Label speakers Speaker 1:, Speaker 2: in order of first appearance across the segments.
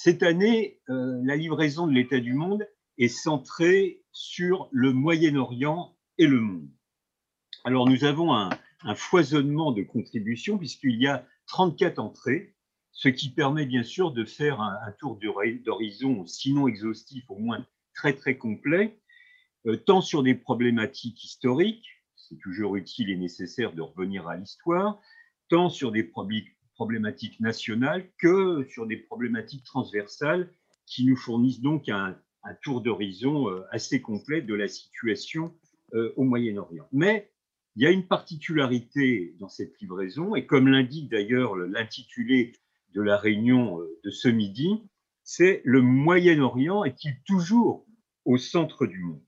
Speaker 1: Cette année, la livraison de l'état du monde est centrée sur le Moyen-Orient et le monde. Alors, nous avons un foisonnement de contributions puisqu'il y a 34 entrées, ce qui permet bien sûr de faire un tour d'horizon, sinon exhaustif, au moins très très complet, tant sur des problématiques historiques, c'est toujours utile et nécessaire de revenir à l'histoire, tant sur des problématiques nationales que sur des problématiques transversales qui nous fournissent donc un tour d'horizon assez complet de la situation au Moyen-Orient. Mais il y a une particularité dans cette livraison, et comme l'indique d'ailleurs l'intitulé de la réunion de ce midi, c'est le Moyen-Orient est-il toujours au centre du monde?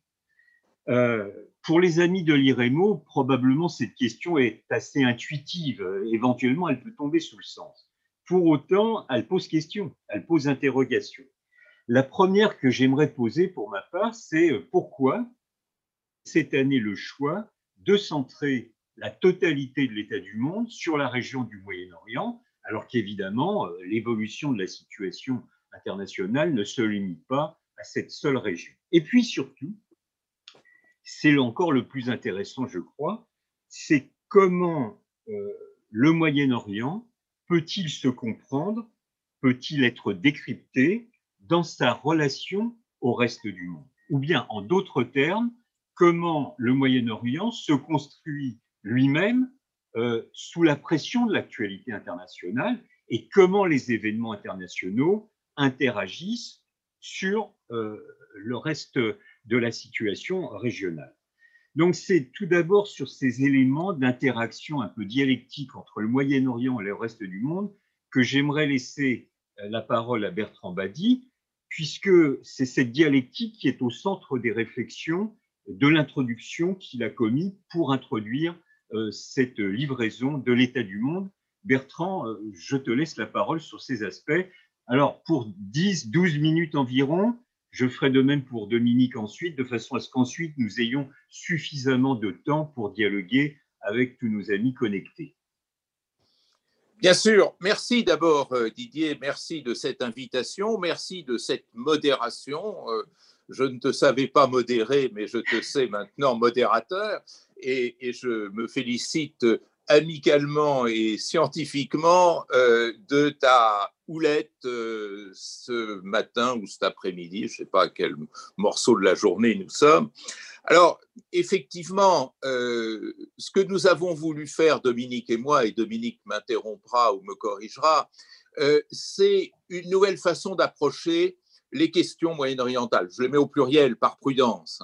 Speaker 1: Pour les amis de l'IREMO, probablement cette question est assez intuitive. Éventuellement, elle peut tomber sous le sens. Pour autant, elle pose question, elle pose interrogation. La première que j'aimerais poser pour ma part, c'est pourquoi cette année le choix de centrer la totalité de l'état du monde sur la région du Moyen-Orient, alors qu'évidemment, l'évolution de la situation internationale ne se limite pas à cette seule région. Et puis surtout, c'est encore le plus intéressant, je crois, c'est comment le Moyen-Orient peut-il se comprendre, peut-il être décrypté dans sa relation au reste du monde? Ou bien, en d'autres termes, comment le Moyen-Orient se construit lui-même sous la pression de l'actualité internationale et comment les événements internationaux interagissent sur le reste de la situation régionale. Donc c'est tout d'abord sur ces éléments d'interaction un peu dialectique entre le Moyen-Orient et le reste du monde que j'aimerais laisser la parole à Bertrand Badi, puisque c'est cette dialectique qui est au centre des réflexions de l'introduction qu'il a commis pour introduire cette livraison de l'état du monde. Bertrand, je te laisse la parole sur ces aspects. Alors, pour 10-12 minutes environ, je ferai de même pour Dominique ensuite, de façon à ce qu'ensuite nous ayons suffisamment de temps pour dialoguer avec tous nos amis connectés.
Speaker 2: Bien sûr, merci d'abord Didier, merci de cette invitation, merci de cette modération. Je ne te savais pas modérer, mais je te sais maintenant modérateur et je me félicite amicalement et scientifiquement de ta houlette ce matin ou cet après-midi, je ne sais pas à quel morceau de la journée nous sommes. Alors, effectivement, ce que nous avons voulu faire, Dominique et moi, et Dominique m'interrompra ou me corrigera, c'est une nouvelle façon d'approcher les questions moyen-orientales. Je les mets au pluriel par prudence.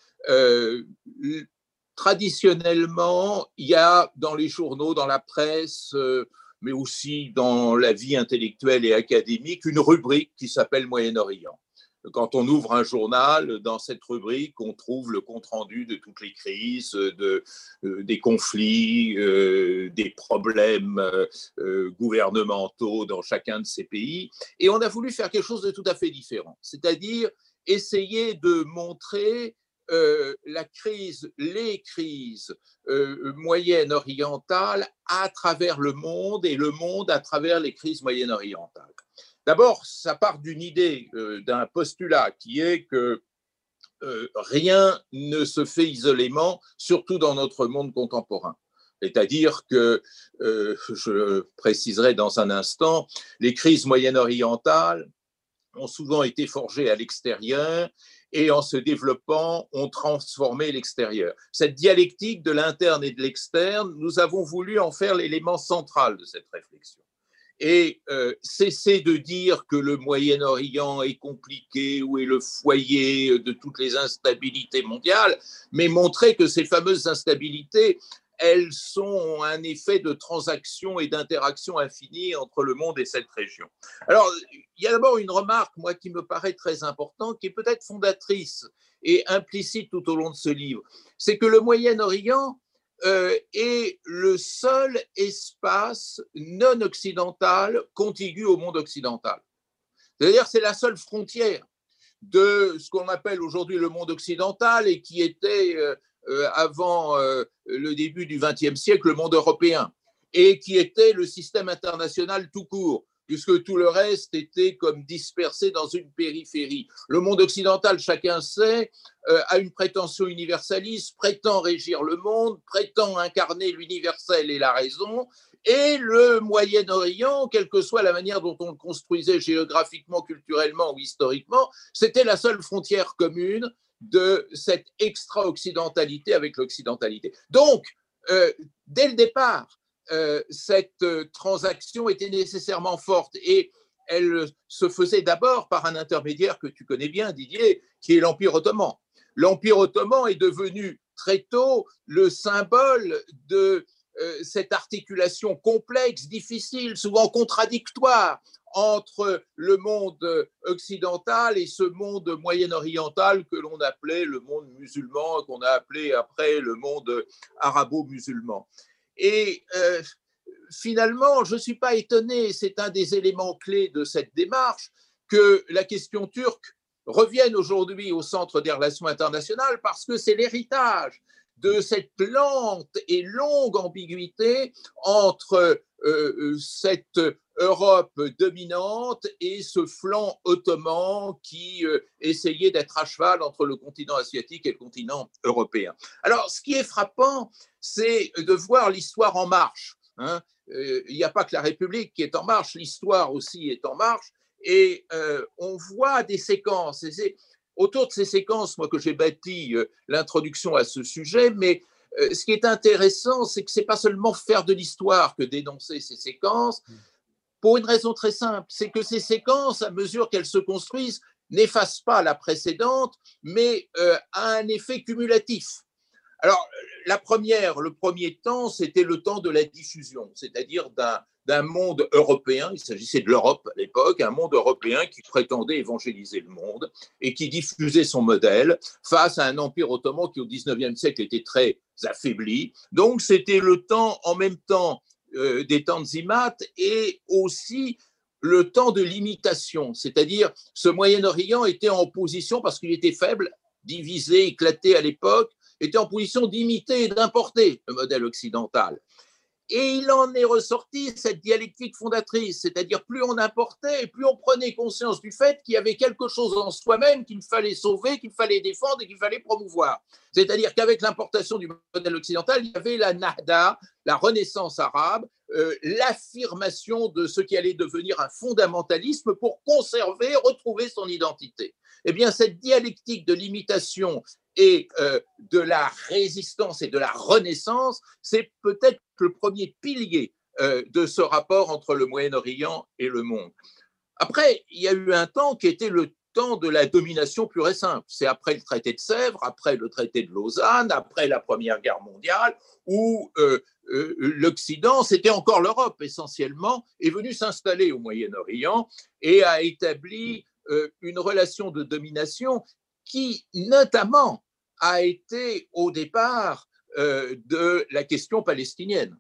Speaker 2: Traditionnellement, il y a dans les journaux, dans la presse, mais aussi dans la vie intellectuelle et académique, une rubrique qui s'appelle Moyen-Orient. Quand on ouvre un journal, dans cette rubrique, on trouve le compte-rendu de toutes les crises, des conflits, des problèmes gouvernementaux dans chacun de ces pays. Et on a voulu faire quelque chose de tout à fait différent, c'est-à-dire essayer de montrer les crises moyen-orientales à travers le monde et le monde à travers les crises moyen-orientales. D'abord, ça part d'une idée, d'un postulat qui est que rien ne se fait isolément, surtout dans notre monde contemporain. C'est-à-dire que, je préciserai dans un instant, les crises moyen-orientales ont souvent été forgées à l'extérieur et en se développant, ont transformé l'extérieur. Cette dialectique de l'interne et de l'externe, nous avons voulu en faire l'élément central de cette réflexion. Et cesser de dire que le Moyen-Orient est compliqué ou est le foyer de toutes les instabilités mondiales, mais montrer que ces fameuses instabilités, elles sont un effet de transaction et d'interaction infinie entre le monde et cette région. Alors, il y a d'abord une remarque, moi, qui me paraît très importante, qui est peut-être fondatrice et implicite tout au long de ce livre, c'est que le Moyen-Orient est le seul espace non occidental contigu au monde occidental. C'est-à-dire c'est la seule frontière de ce qu'on appelle aujourd'hui le monde occidental et qui était avant le début du XXe siècle le monde européen et qui était le système international tout court. puisque tout le reste était comme dispersé dans une périphérie. Le monde occidental, chacun sait, a une prétention universaliste, prétend régir le monde, prétend incarner l'universel et la raison, et le Moyen-Orient, quelle que soit la manière dont on le construisait géographiquement, culturellement ou historiquement, c'était la seule frontière commune de cette extra-occidentalité avec l'occidentalité. Donc, dès le départ, cette transaction était nécessairement forte et elle se faisait d'abord par un intermédiaire que tu connais bien, Didier, qui est l'Empire ottoman. L'Empire ottoman est devenu très tôt le symbole de cette articulation complexe, difficile, souvent contradictoire entre le monde occidental et ce monde moyen-oriental que l'on appelait le monde musulman, qu'on a appelé après le monde arabo-musulman. Et finalement, je ne suis pas étonné, c'est un des éléments clés de cette démarche, que la question turque revienne aujourd'hui au centre des relations internationales parce que c'est l'héritage de cette lente et longue ambiguïté entre cette Europe dominante et ce flanc ottoman qui essayait d'être à cheval entre le continent asiatique et le continent européen. Alors, ce qui est frappant, c'est de voir l'histoire en marche. Hein. Il n'y a pas que la République qui est en marche, l'histoire aussi est en marche, et on voit des séquences. Et c'est autour de ces séquences, moi, que j'ai bâti l'introduction à ce sujet, mais ce qui est intéressant, c'est que ce n'est pas seulement faire de l'histoire que dénoncer ces séquences, pour une raison très simple, c'est que ces séquences, à mesure qu'elles se construisent, n'effacent pas la précédente, mais a un effet cumulatif. Alors, le premier temps, c'était le temps de la diffusion, c'est-à-dire d'un monde européen, il s'agissait de l'Europe à l'époque, un monde européen qui prétendait évangéliser le monde et qui diffusait son modèle face à un empire ottoman qui au XIXe siècle était très affaibli. Donc c'était le temps, en même temps, des Tanzimat et aussi le temps de l'imitation, c'est-à-dire ce Moyen-Orient était en position, parce qu'il était faible, divisé, éclaté à l'époque, était en position d'imiter et d'importer le modèle occidental. Et il en est ressorti cette dialectique fondatrice, c'est-à-dire plus on importait, plus on prenait conscience du fait qu'il y avait quelque chose en soi-même qu'il fallait sauver, qu'il fallait défendre et qu'il fallait promouvoir. C'est-à-dire qu'avec l'importation du modèle occidental, il y avait la Nahda, la renaissance arabe, l'affirmation de ce qui allait devenir un fondamentalisme pour conserver, retrouver son identité. Eh bien, cette dialectique de l'imitation et de la résistance et de la renaissance, c'est peut-être le premier pilier de ce rapport entre le Moyen-Orient et le monde. Après, il y a eu un temps qui était le temps de la domination pure et simple. C'est après le traité de Sèvres, après le traité de Lausanne, après la Première Guerre mondiale, où l'Occident, c'était encore l'Europe essentiellement, est venu s'installer au Moyen-Orient et a établi une relation de domination qui, notamment, a été au départ de la question palestinienne.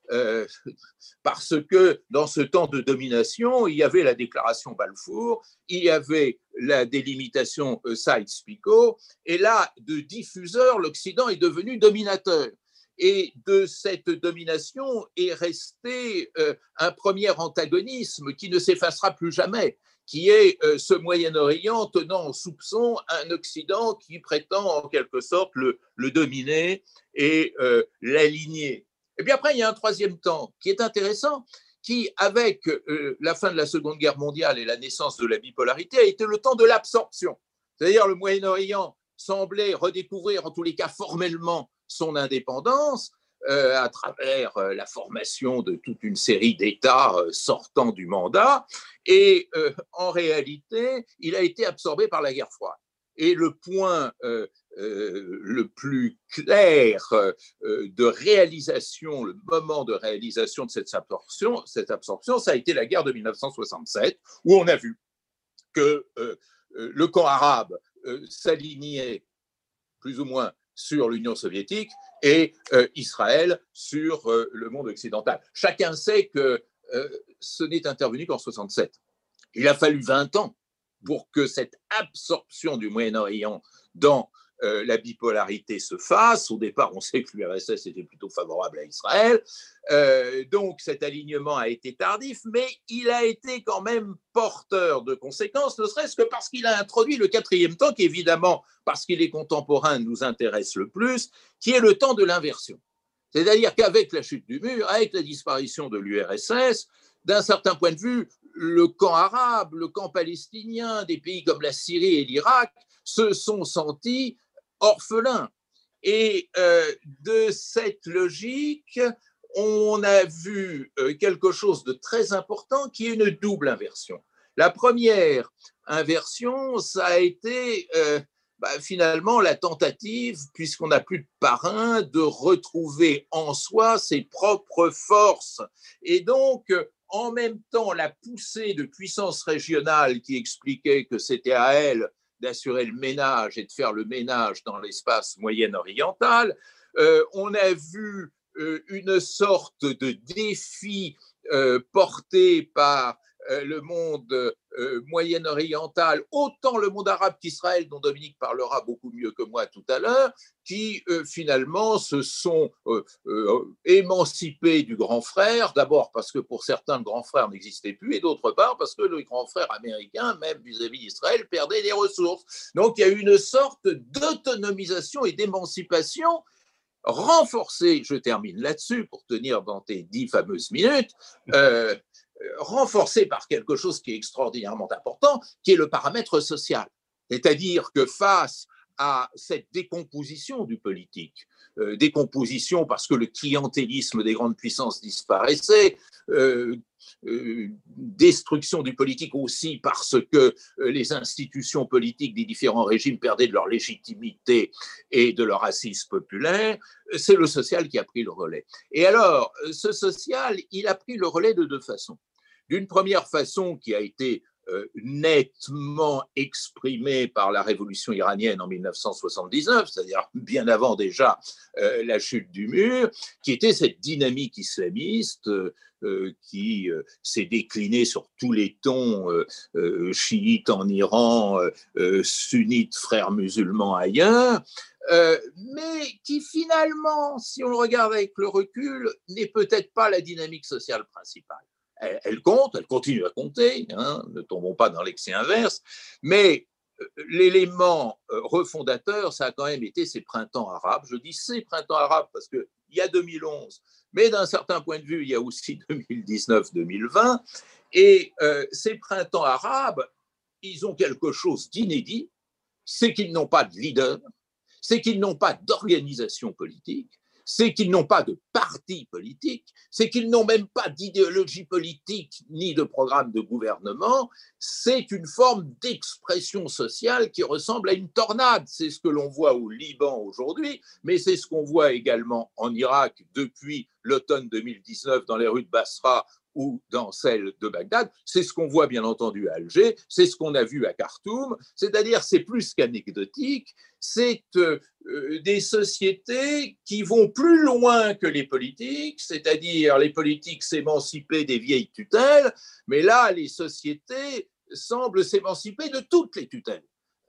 Speaker 2: Parce que dans ce temps de domination, il y avait la déclaration Balfour, il y avait la délimitation Sykes-Picot, et là, de diffuseur, l'Occident est devenu dominateur. Et de cette domination est resté un premier antagonisme qui ne s'effacera plus jamais, qui est ce Moyen-Orient tenant en soupçon un Occident qui prétend en quelque sorte le dominer et l'aligner. Et puis après, il y a un troisième temps qui est intéressant, qui, avec la fin de la Seconde Guerre mondiale et la naissance de la bipolarité, a été le temps de l'absorption. C'est-à-dire le Moyen-Orient semblait redécouvrir, en tous les cas formellement, son indépendance à travers la formation de toute une série d'États sortant du mandat. Et en réalité, il a été absorbé par la guerre froide. Et le point le plus clair de réalisation, le moment de réalisation de cette absorption, ça a été la guerre de 1967, où on a vu que le camp arabe s'alignait plus ou moins sur l'Union soviétique et Israël sur le monde occidental. Chacun sait que ce n'est intervenu qu'en 67. Il a fallu 20 ans pour que cette absorption du Moyen-Orient dans la bipolarité se fasse. Au départ, on sait que l'URSS était plutôt favorable à Israël. Donc, cet alignement a été tardif, mais il a été quand même porteur de conséquences, ne serait-ce que parce qu'il a introduit le quatrième temps, qui évidemment, parce qu'il est contemporain, nous intéresse le plus, qui est le temps de l'inversion. C'est-à-dire qu'avec la chute du mur, avec la disparition de l'URSS, d'un certain point de vue, le camp arabe, le camp palestinien, des pays comme la Syrie et l'Irak se sont sentis orphelins. Et de cette logique, on a vu quelque chose de très important qui est une double inversion. La première inversion, ça a été finalement la tentative, puisqu'on n'a plus de parrain, de retrouver en soi ses propres forces. Et donc, en même temps, la poussée de puissance régionale qui expliquait que c'était à elle d'assurer le ménage et de faire le ménage dans l'espace moyen-oriental, on a vu une sorte de défi porté par le monde moyen-oriental, autant le monde arabe qu'Israël, dont Dominique parlera beaucoup mieux que moi tout à l'heure, qui finalement se sont émancipés du grand frère, d'abord parce que pour certains, le grand frère n'existait plus, et d'autre part parce que le grand frère américain, même vis-à-vis d'Israël, perdait des ressources. Donc il y a eu une sorte d'autonomisation et d'émancipation renforcée, je termine là-dessus pour tenir dans tes 10 fameuses minutes, renforcée par quelque chose qui est extraordinairement important, qui est le paramètre social. C'est-à-dire que face à cette décomposition du politique, décomposition parce que le clientélisme des grandes puissances disparaissait, destruction du politique aussi parce que les institutions politiques des différents régimes perdaient de leur légitimité et de leur assise populaire, c'est le social qui a pris le relais. Et alors, ce social, il a pris le relais de deux façons. D'une première façon qui a été nettement exprimée par la révolution iranienne en 1979, c'est-à-dire bien avant déjà la chute du mur, qui était cette dynamique islamiste qui s'est déclinée sur tous les tons, chiites en Iran, sunnites frères musulmans ailleurs, mais qui finalement, si on le regarde avec le recul, n'est peut-être pas la dynamique sociale principale. Elle compte, elle continue à compter, hein, ne tombons pas dans l'excès inverse, mais l'élément refondateur, ça a quand même été ces printemps arabes. Je dis ces printemps arabes parce qu'il y a 2011, mais d'un certain point de vue, il y a aussi 2019-2020, et ces printemps arabes, ils ont quelque chose d'inédit, c'est qu'ils n'ont pas de leader, c'est qu'ils n'ont pas d'organisation politique, c'est qu'ils n'ont pas de parti politique, c'est qu'ils n'ont même pas d'idéologie politique ni de programme de gouvernement. C'est une forme d'expression sociale qui ressemble à une tornade. C'est ce que l'on voit au Liban aujourd'hui, mais c'est ce qu'on voit également en Irak depuis l'automne 2019 dans les rues de Basra ou dans celle de Bagdad. C'est ce qu'on voit bien entendu à Alger, c'est ce qu'on a vu à Khartoum, c'est-à-dire c'est plus qu'anecdotique, c'est des sociétés qui vont plus loin que les politiques, c'est-à-dire les politiques s'émanciper des vieilles tutelles, mais là les sociétés semblent s'émanciper de toutes les tutelles,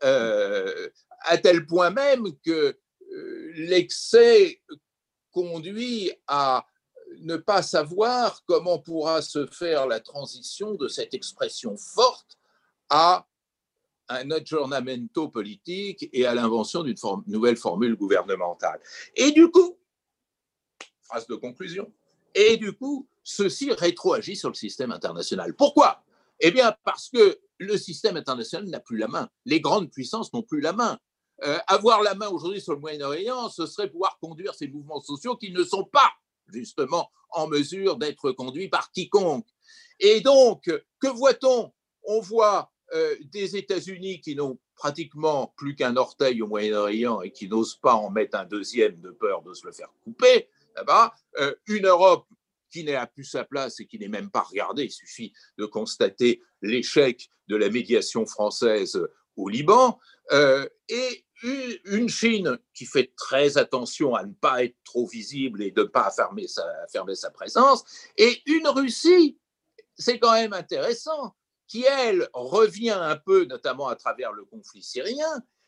Speaker 2: à tel point même que l'excès conduit à ne pas savoir comment pourra se faire la transition de cette expression forte à un aggiornamento politique et à l'invention d'une nouvelle formule gouvernementale. Et du coup, phrase de conclusion, et du coup, ceci rétroagit sur le système international. Pourquoi ? Eh bien, parce que le système international n'a plus la main. Les grandes puissances n'ont plus la main. Avoir la main aujourd'hui sur le Moyen-Orient, ce serait pouvoir conduire ces mouvements sociaux qui ne sont pas justement en mesure d'être conduits par quiconque. Et donc, que voit-on ? On voit des États-Unis qui n'ont pratiquement plus qu'un orteil au Moyen-Orient et qui n'osent pas en mettre un deuxième de peur de se le faire couper, là-bas, une Europe qui n'a plus sa place et qui n'est même pas regardée. Il suffit de constater l'échec de la médiation française au Liban, et une Chine qui fait très attention à ne pas être trop visible et de ne pas fermer sa présence, et une Russie, c'est quand même intéressant, qui, elle, revient un peu, notamment à travers le conflit syrien,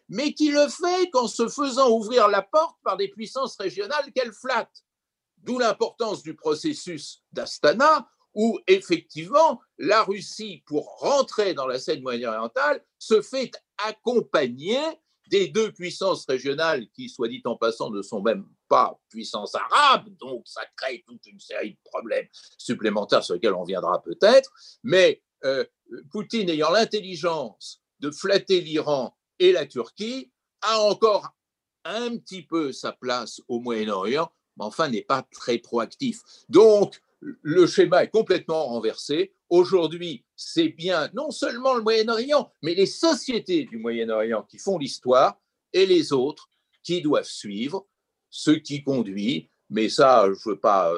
Speaker 2: mais qui le fait qu'en se faisant ouvrir la porte par des puissances régionales qu'elle flatte. D'où l'importance du processus d'Astana, où effectivement la Russie, pour rentrer dans la scène moyen-orientale, se fait accompagner des deux puissances régionales qui, soit dit en passant, ne sont même pas puissances arabes, donc ça crée toute une série de problèmes supplémentaires sur lesquels on viendra peut-être, mais Poutine ayant l'intelligence de flatter l'Iran et la Turquie, a encore un petit peu sa place au Moyen-Orient, mais enfin n'est pas très proactif. Donc, le schéma est complètement renversé. Aujourd'hui, c'est bien non seulement le Moyen-Orient, mais les sociétés du Moyen-Orient qui font l'histoire et les autres qui doivent suivre, ce qui conduit, mais ça, je ne veux pas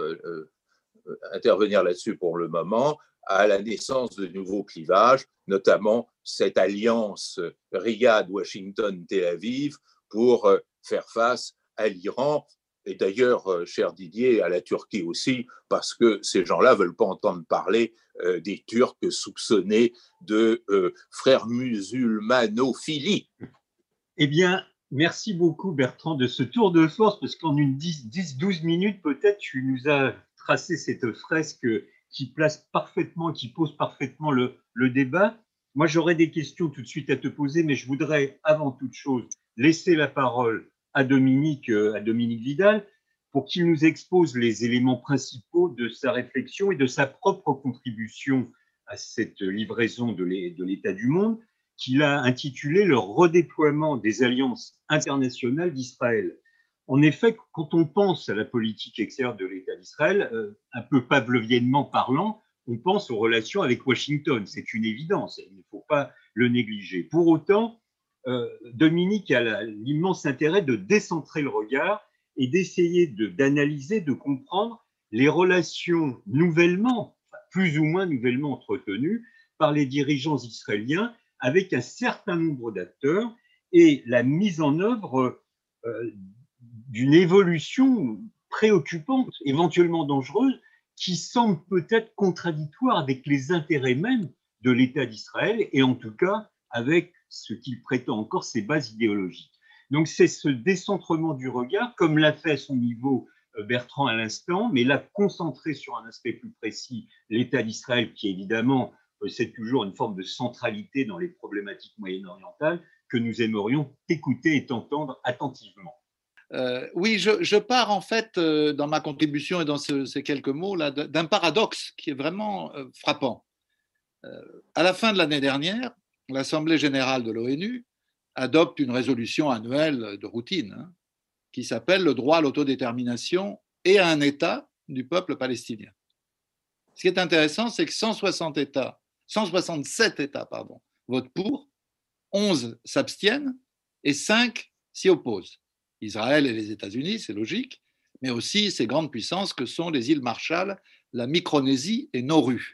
Speaker 2: intervenir là-dessus pour le moment, à la naissance de nouveaux clivages, notamment cette alliance Riyad-Washington-Tel Aviv pour faire face à l'Iran et d'ailleurs, cher Didier, à la Turquie aussi, parce que ces gens-là ne veulent pas entendre parler des Turcs soupçonnés de frères musulmanophilie.
Speaker 1: Eh bien, merci beaucoup Bertrand de ce tour de force, parce qu'en une 10-12 minutes, peut-être, tu nous as tracé cette fresque qui place parfaitement, qui pose parfaitement le débat. Moi, j'aurais des questions tout de suite à te poser, mais je voudrais, avant toute chose, laisser la parole à Dominique Vidal, pour qu'il nous expose les éléments principaux de sa réflexion et de sa propre contribution à cette livraison de l'état du monde, qu'il a intitulé le redéploiement des alliances internationales d'Israël. En effet, quand on pense à la politique extérieure de l'État d'Israël, un peu pavloviennement parlant, on pense aux relations avec Washington. C'est une évidence, il ne faut pas le négliger. Pour autant, Dominique a l'immense intérêt de décentrer le regard et d'essayer d'analyser, de comprendre les relations nouvellement, plus ou moins nouvellement entretenues par les dirigeants israéliens avec un certain nombre d'acteurs et la mise en œuvre d'une évolution préoccupante, éventuellement dangereuse, qui semble peut-être contradictoire avec les intérêts mêmes de l'État d'Israël et en tout cas avec ce qu'il prétend encore ses bases idéologiques. Donc c'est ce décentrement du regard, comme l'a fait à son niveau Bertrand à l'instant, mais l'a concentré sur un aspect plus précis, l'État d'Israël, qui évidemment possède toujours une forme de centralité dans les problématiques moyen-orientales, que nous aimerions écouter et entendre attentivement.
Speaker 3: Oui, je pars en fait dans ma contribution et dans ces quelques mots là d'un paradoxe qui est vraiment frappant. À la fin de l'année dernière, l'Assemblée générale de l'ONU adopte une résolution annuelle de routine qui s'appelle le droit à l'autodétermination et à un État du peuple palestinien. Ce qui est intéressant, c'est que 167 États votent pour, 11 s'abstiennent et 5 s'y opposent. Israël et les États-Unis, c'est logique, mais aussi ces grandes puissances que sont les îles Marshall, la Micronésie et Nauru.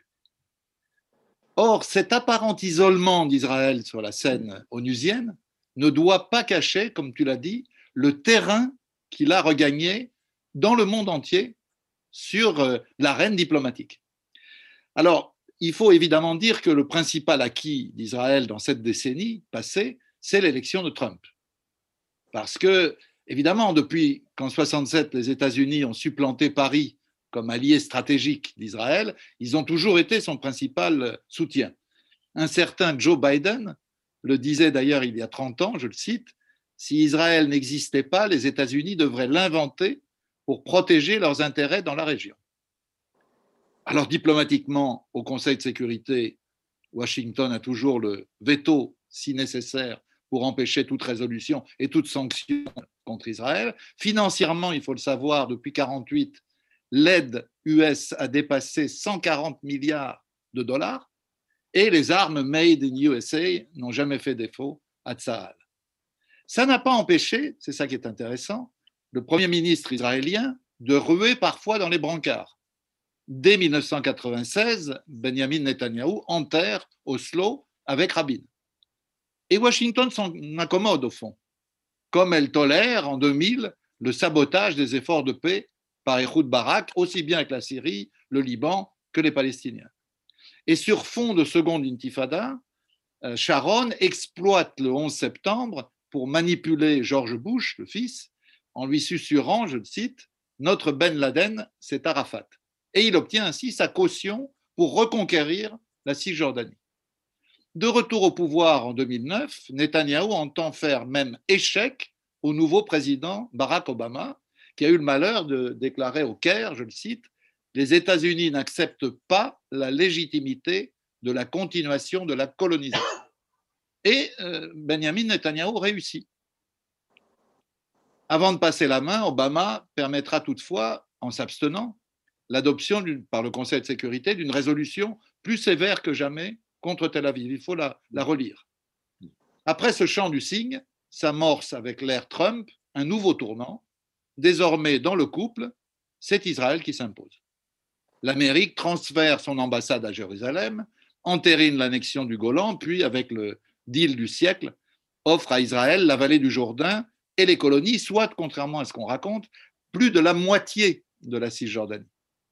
Speaker 3: Or, cet apparent isolement d'Israël sur la scène onusienne ne doit pas cacher, comme tu l'as dit, le terrain qu'il a regagné dans le monde entier sur l'arène diplomatique. Alors, il faut évidemment dire que le principal acquis d'Israël dans cette décennie passée, c'est l'élection de Trump. Parce que, évidemment, depuis qu'en 1967, les États-Unis ont supplanté Paris comme allié stratégique d'Israël, ils ont toujours été son principal soutien. Un certain Joe Biden le disait d'ailleurs il y a 30 ans, je le cite, « Si Israël n'existait pas, les États-Unis devraient l'inventer pour protéger leurs intérêts dans la région. » Alors diplomatiquement, au Conseil de sécurité, Washington a toujours le veto, si nécessaire, pour empêcher toute résolution et toute sanction contre Israël. Financièrement, il faut le savoir, depuis 1948, l'aide US a dépassé 140 milliards de dollars et les armes made in USA n'ont jamais fait défaut à Tsahal. Ça n'a pas empêché, c'est ça qui est intéressant, le Premier ministre israélien de ruer parfois dans les brancards. Dès 1996, Benjamin Netanyahou enterre Oslo avec Rabin. Et Washington s'en accommode au fond, comme elle tolère en 2000 le sabotage des efforts de paix par Ehud Barak, aussi bien avec la Syrie, le Liban que les Palestiniens. Et sur fond de seconde intifada, Sharon exploite le 11 septembre pour manipuler George Bush, le fils, en lui susurrant, je le cite, « Notre Ben Laden, c'est Arafat ». Et il obtient ainsi sa caution pour reconquérir la Cisjordanie. De retour au pouvoir en 2009, Netanyahou entend faire même échec au nouveau président Barack Obama, qui a eu le malheur de déclarer au Caire, je le cite, « Les États-Unis n'acceptent pas la légitimité de la continuation de la colonisation ». Et Benjamin Netanyahou réussit. Avant de passer la main, Obama permettra toutefois, en s'abstenant, l'adoption par le Conseil de sécurité d'une résolution plus sévère que jamais contre Tel Aviv. Il faut la relire. Après ce chant du cygne, s'amorce avec l'ère Trump un nouveau tournant. Désormais, dans le couple, c'est Israël qui s'impose. L'Amérique transfère son ambassade à Jérusalem, entérine l'annexion du Golan, puis, avec le deal du siècle, offre à Israël la vallée du Jourdain et les colonies, soit, contrairement à ce qu'on raconte, plus de la moitié de la Cisjordanie.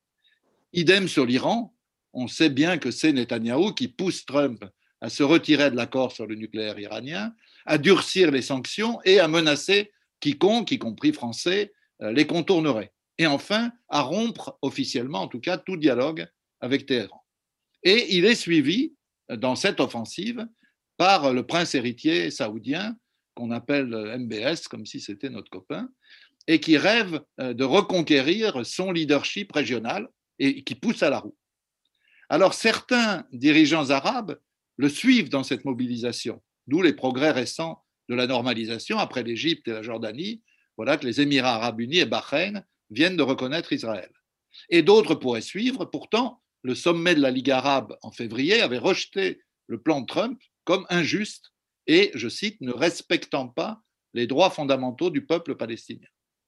Speaker 3: Idem sur l'Iran, on sait bien que c'est Netanyahou qui pousse Trump à se retirer de l'accord sur le nucléaire iranien, à durcir les sanctions et à menacer quiconque, y compris français, les contournerait. Et enfin, à rompre officiellement, en tout cas, tout dialogue avec Téhéran. Et il est suivi dans cette offensive par le prince héritier saoudien, qu'on appelle MBS, comme si c'était notre copain, et qui rêve de reconquérir son leadership régional et qui pousse à la roue. Alors certains dirigeants arabes le suivent dans cette mobilisation, d'où les progrès récents de la normalisation après l'Égypte et la Jordanie. Voilà que les Émirats arabes unis et Bahreïn viennent de reconnaître Israël. Et d'autres pourraient suivre. Pourtant, le sommet de la Ligue arabe en février avait rejeté le plan de Trump comme injuste et, je cite, ne respectant pas les droits fondamentaux du peuple palestinien.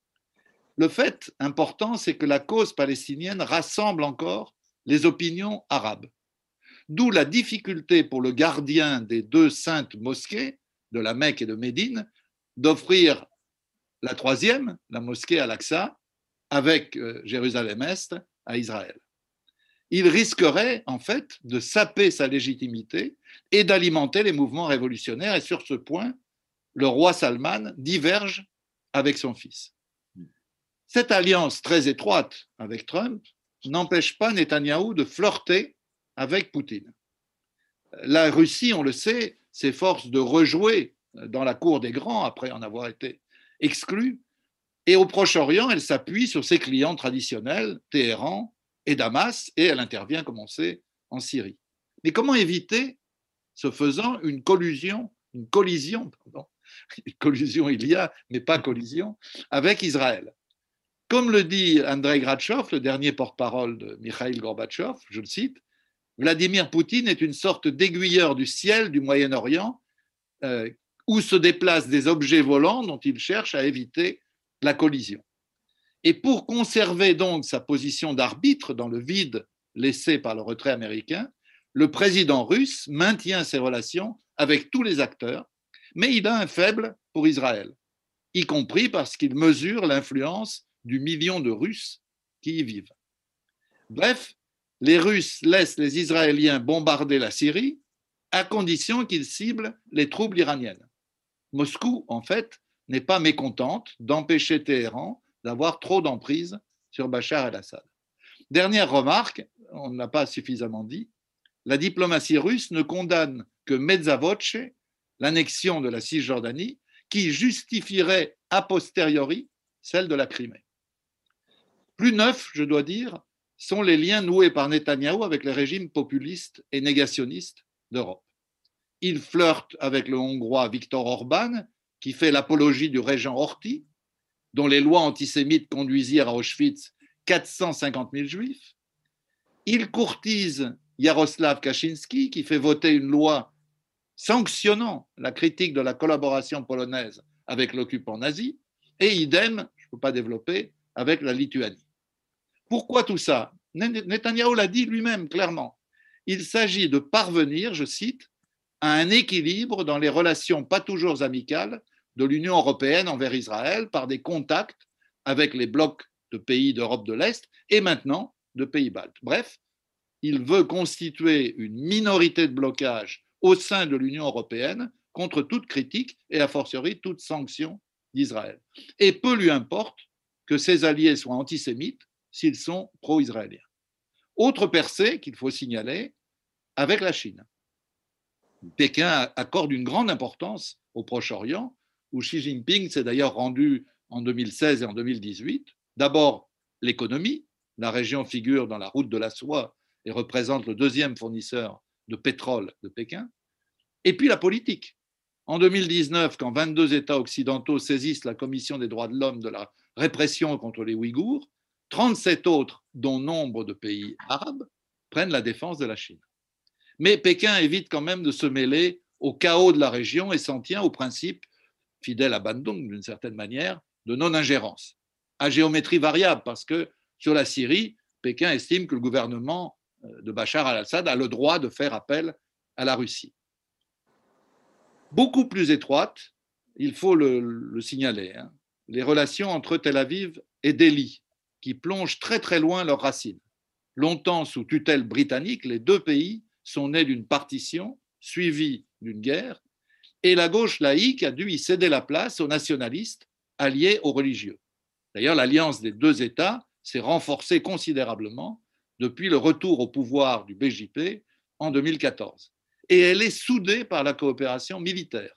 Speaker 3: Le fait important, c'est que la cause palestinienne rassemble encore les opinions arabes. D'où la difficulté pour le gardien des deux saintes mosquées, de la Mecque et de Médine, d'offrir la troisième, la mosquée Al-Aqsa, avec Jérusalem-Est, à Israël. Il risquerait en fait de saper sa légitimité et d'alimenter les mouvements révolutionnaires. Et sur ce point, le roi Salman diverge avec son fils. Cette alliance très étroite avec Trump n'empêche pas Netanyahou de flirter avec Poutine. La Russie, on le sait, s'efforce de rejouer dans la cour des grands après en avoir été exclue. Et au Proche-Orient, elle s'appuie sur ses clients traditionnels, Téhéran et Damas, et elle intervient, comme on sait, en Syrie. Mais comment éviter, ce faisant, une collusion, collusion il y a, mais pas collision, avec Israël. Comme le dit Andrei Gratchov, le dernier porte-parole de Mikhaïl Gorbatchev, je le cite, Vladimir Poutine est une sorte d'aiguilleur du ciel du Moyen-Orient où se déplacent des objets volants dont il cherche à éviter la collision. Et pour conserver donc sa position d'arbitre dans le vide laissé par le retrait américain, le président russe maintient ses relations avec tous les acteurs, mais il a un faible pour Israël, y compris parce qu'il mesure l'influence du million de Russes qui y vivent. Bref, les Russes laissent les Israéliens bombarder la Syrie à condition qu'ils ciblent les troupes iraniennes. Moscou, en fait, n'est pas mécontente d'empêcher Téhéran d'avoir trop d'emprise sur Bachar el-Assad. Dernière remarque, on ne l'a pas suffisamment dit, la diplomatie russe ne condamne que mezza voce l'annexion de la Cisjordanie qui justifierait a posteriori celle de la Crimée. Plus neufs, je dois dire, sont les liens noués par Netanyahou avec les régimes populistes et négationnistes d'Europe. Il flirte avec le Hongrois Viktor Orban, qui fait l'apologie du régent Horthy, dont les lois antisémites conduisirent à Auschwitz 450 000 juifs. Il courtise Jaroslav Kaczynski, qui fait voter une loi sanctionnant la critique de la collaboration polonaise avec l'occupant nazi, et idem, je ne peux pas développer, avec la Lituanie. Pourquoi tout ça? Netanyahou l'a dit lui-même clairement. Il s'agit de parvenir, je cite, à un équilibre dans les relations pas toujours amicales de l'Union européenne envers Israël par des contacts avec les blocs de pays d'Europe de l'Est et maintenant de pays baltes. Bref, il veut constituer une minorité de blocage au sein de l'Union européenne contre toute critique et a fortiori toute sanction d'Israël. Et peu lui importe que ses alliés soient antisémites s'ils sont pro-israéliens. Autre percée qu'il faut signaler avec la Chine. Pékin accorde une grande importance au Proche-Orient, où Xi Jinping s'est d'ailleurs rendu en 2016 et en 2018. D'abord, l'économie. La région figure dans la route de la soie et représente le deuxième fournisseur de pétrole de Pékin. Et puis la politique. En 2019, quand 22 États occidentaux saisissent la Commission des droits de l'homme de la répression contre les Ouïghours, 37 autres, dont nombre de pays arabes, prennent la défense de la Chine. Mais Pékin évite quand même de se mêler au chaos de la région et s'en tient au principe, fidèle à Bandung d'une certaine manière, de non-ingérence, à géométrie variable, parce que sur la Syrie, Pékin estime que le gouvernement de Bachar al-Assad a le droit de faire appel à la Russie. Beaucoup plus étroite, il faut le signaler, les relations entre Tel Aviv et Delhi, qui plongent très très loin leurs racines. Longtemps sous tutelle britannique, les deux pays sont nés d'une partition suivie d'une guerre, et la gauche laïque a dû y céder la place aux nationalistes alliés aux religieux. D'ailleurs, l'alliance des deux États s'est renforcée considérablement depuis le retour au pouvoir du BJP en 2014. Et elle est soudée par la coopération militaire.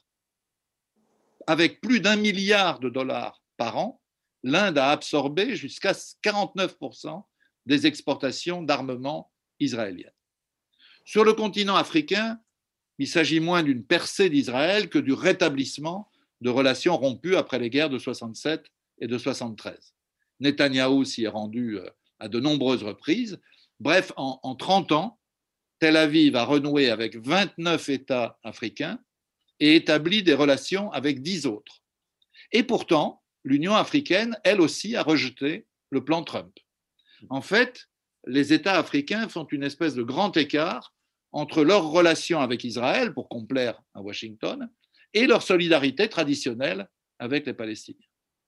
Speaker 3: Avec plus d'1 milliard de dollars par an, l'Inde a absorbé jusqu'à 49% des exportations d'armement israéliennes. Sur le continent africain, il s'agit moins d'une percée d'Israël que du rétablissement de relations rompues après les guerres de 67 et de 73. Netanyahou s'y est rendu à de nombreuses reprises. Bref, en 30 ans, Tel Aviv a renoué avec 29 États africains et établi des relations avec 10 autres. Et pourtant, l'Union africaine, elle aussi, a rejeté le plan Trump. En fait, les États africains font une espèce de grand écart entre leur relation avec Israël, pour complaire à Washington, et leur solidarité traditionnelle avec les Palestiniens.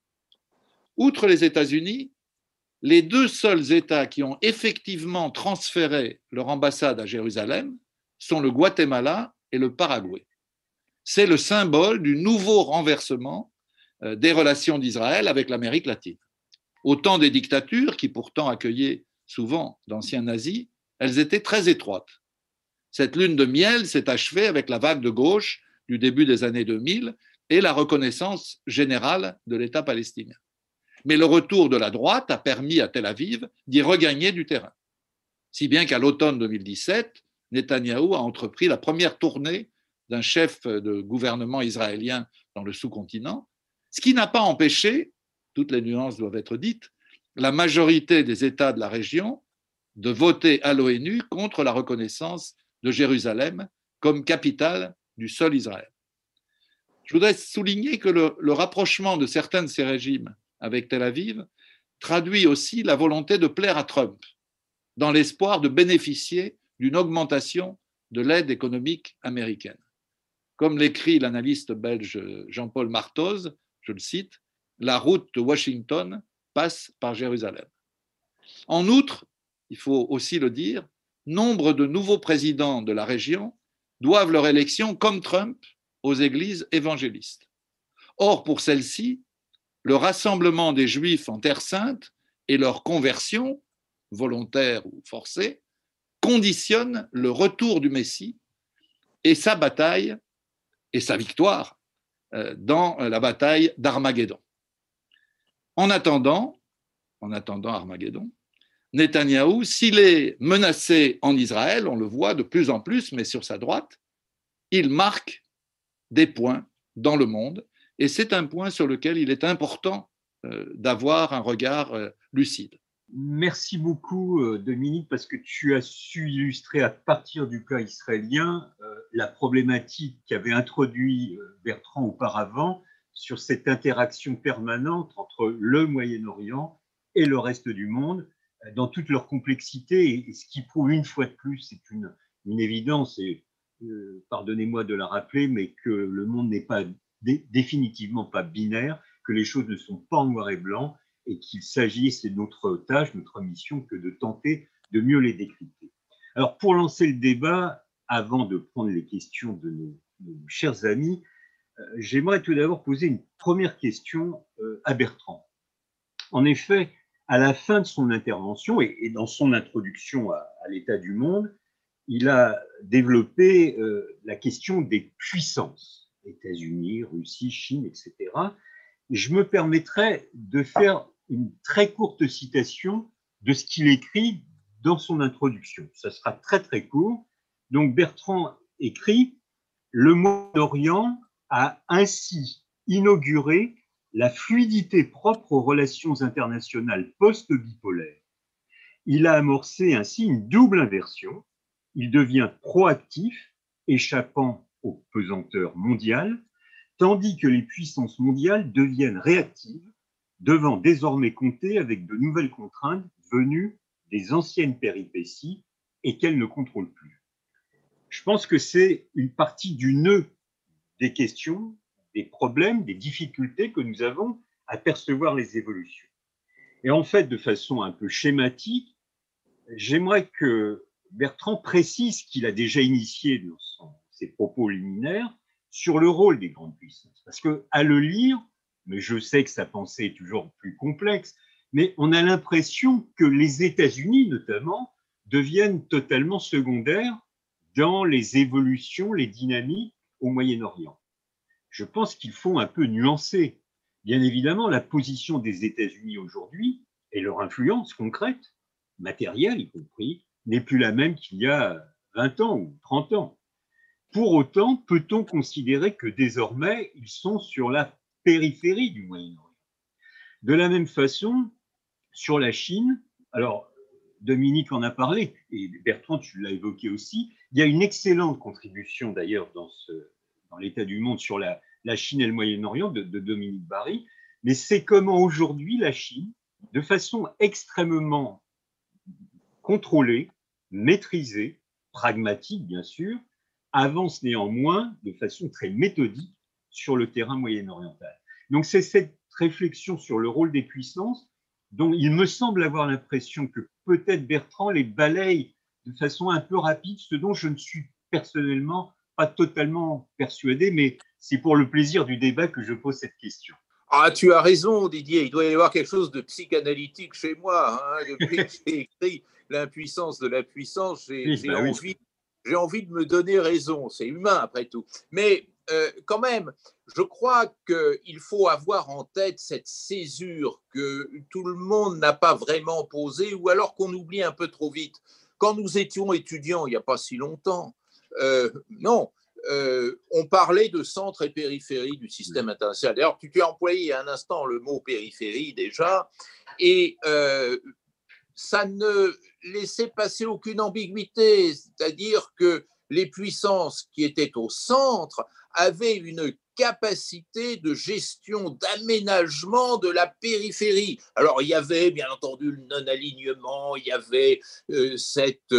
Speaker 3: Outre les États-Unis, les deux seuls États qui ont effectivement transféré leur ambassade à Jérusalem sont le Guatemala et le Paraguay. C'est le symbole du nouveau renversement des relations d'Israël avec l'Amérique latine. Au temps des dictatures, qui pourtant accueillaient souvent d'anciens nazis, elles étaient très étroites. Cette lune de miel s'est achevée avec la vague de gauche du début des années 2000 et la reconnaissance générale de l'État palestinien. Mais le retour de la droite a permis à Tel Aviv d'y regagner du terrain. Si bien qu'à l'automne 2017, Netanyahou a entrepris la première tournée d'un chef de gouvernement israélien dans le sous-continent, ce qui n'a pas empêché, toutes les nuances doivent être dites, la majorité des États de la région de voter à l'ONU contre la reconnaissance de Jérusalem comme capitale du sol Israël. Je voudrais souligner que le rapprochement de certains de ces régimes avec Tel Aviv traduit aussi la volonté de plaire à Trump, dans l'espoir de bénéficier d'une augmentation de l'aide économique américaine. Comme l'écrit l'analyste belge Jean-Paul Martoz, je le cite, « La route de Washington passe par Jérusalem ». En outre, il faut aussi le dire, nombre de nouveaux présidents de la région doivent leur élection, comme Trump, aux églises évangélistes. Or, pour celles-ci, le rassemblement des Juifs en Terre Sainte et leur conversion, volontaire ou forcée, conditionne le retour du Messie et sa bataille et sa victoire dans la bataille d'Armageddon. En attendant Armageddon, Netanyahou, s'il est menacé en Israël, on le voit de plus en plus, mais sur sa droite, il marque des points dans le monde, et c'est un point sur lequel il est important d'avoir un regard lucide.
Speaker 1: Merci beaucoup, Dominique, parce que tu as su illustrer à partir du cas israélien la problématique qu'avait introduit Bertrand auparavant sur cette interaction permanente entre le Moyen-Orient et le reste du monde, dans toute leur complexité, et ce qui prouve une fois de plus, c'est une évidence, et pardonnez-moi de la rappeler, mais que le monde n'est pas définitivement pas binaire, que les choses ne sont pas en noir et blanc, et qu'il s'agit, c'est notre tâche, notre mission, que de tenter de mieux les décrypter. Alors, pour lancer le débat, avant de prendre les questions de chers amis, j'aimerais tout d'abord poser une première question à Bertrand. En effet, à la fin de son intervention et dans son introduction à l'état du monde, il a développé la question des puissances, États-Unis, Russie, Chine, etc. Et je me permettrai de faire une très courte citation de ce qu'il écrit dans son introduction. Ça sera très très court. Donc Bertrand écrit « Le Moyen-Orient a ainsi inauguré la fluidité propre aux relations internationales post-bipolaires. Il a amorcé ainsi une double inversion. Il devient proactif, échappant aux pesanteurs mondiales, tandis que les puissances mondiales deviennent réactives, devant désormais compter avec de nouvelles contraintes venues des anciennes péripéties et qu'elles ne contrôlent plus. » Je pense que c'est une partie du nœud des questions, des problèmes, des difficultés que nous avons à percevoir les évolutions. Et en fait, de façon un peu schématique, j'aimerais que Bertrand précise qu'il a déjà initié dans ses propos liminaires sur le rôle des grandes puissances. Parce qu'à le lire, mais je sais que sa pensée est toujours plus complexe, mais on a l'impression que les États-Unis, notamment, deviennent totalement secondaires dans les évolutions, les dynamiques au Moyen-Orient. Je pense qu'il faut un peu nuancer. Bien évidemment, la position des États-Unis aujourd'hui et leur influence concrète, matérielle y compris, n'est plus la même qu'il y a 20 ans ou 30 ans. Pour autant, peut-on considérer que désormais, ils sont sur la périphérie du Moyen-Orient? De la même façon, sur la Chine, alors Dominique en a parlé, et Bertrand, tu l'as évoqué aussi, il y a une excellente contribution d'ailleurs dans l'état du monde sur la Chine et le Moyen-Orient de Dominique Barry, mais c'est comment aujourd'hui la Chine, de façon extrêmement contrôlée, maîtrisée, pragmatique bien sûr, avance néanmoins de façon très méthodique sur le terrain moyen-oriental. Donc c'est cette réflexion sur le rôle des puissances dont il me semble avoir l'impression que peut-être Bertrand les balaye de façon un peu rapide, ce dont je ne suis personnellement pas totalement persuadé, mais c'est pour le plaisir du débat que je pose cette question.
Speaker 2: Ah, tu as raison, Didier. Il doit y avoir quelque chose de psychanalytique chez moi. Hein. Depuis que j'ai écrit L'impuissance de la puissance, j'ai envie de me donner raison. C'est humain, après tout. Mais quand même, je crois qu'il faut avoir en tête cette césure que tout le monde n'a pas vraiment posée, ou alors qu'on oublie un peu trop vite. Quand nous étions étudiants, il n'y a pas si longtemps, on parlait de centre et périphérie du système international. D'ailleurs, tu as employé il y a un instant le mot périphérie déjà, et ça ne laissait passer aucune ambiguïté, c'est-à-dire que les puissances qui étaient au centre avaient une capacité de gestion, d'aménagement de la périphérie. Alors, il y avait bien entendu le non-alignement, il y avait cette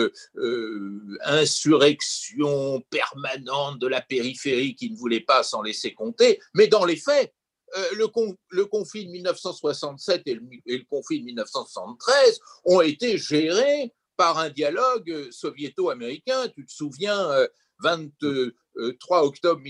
Speaker 2: insurrection permanente de la périphérie qui ne voulait pas s'en laisser compter, mais dans les faits, le conflit de 1967 et le conflit de 1973 ont été gérés par un dialogue soviéto-américain. Tu te souviens, 25 octobre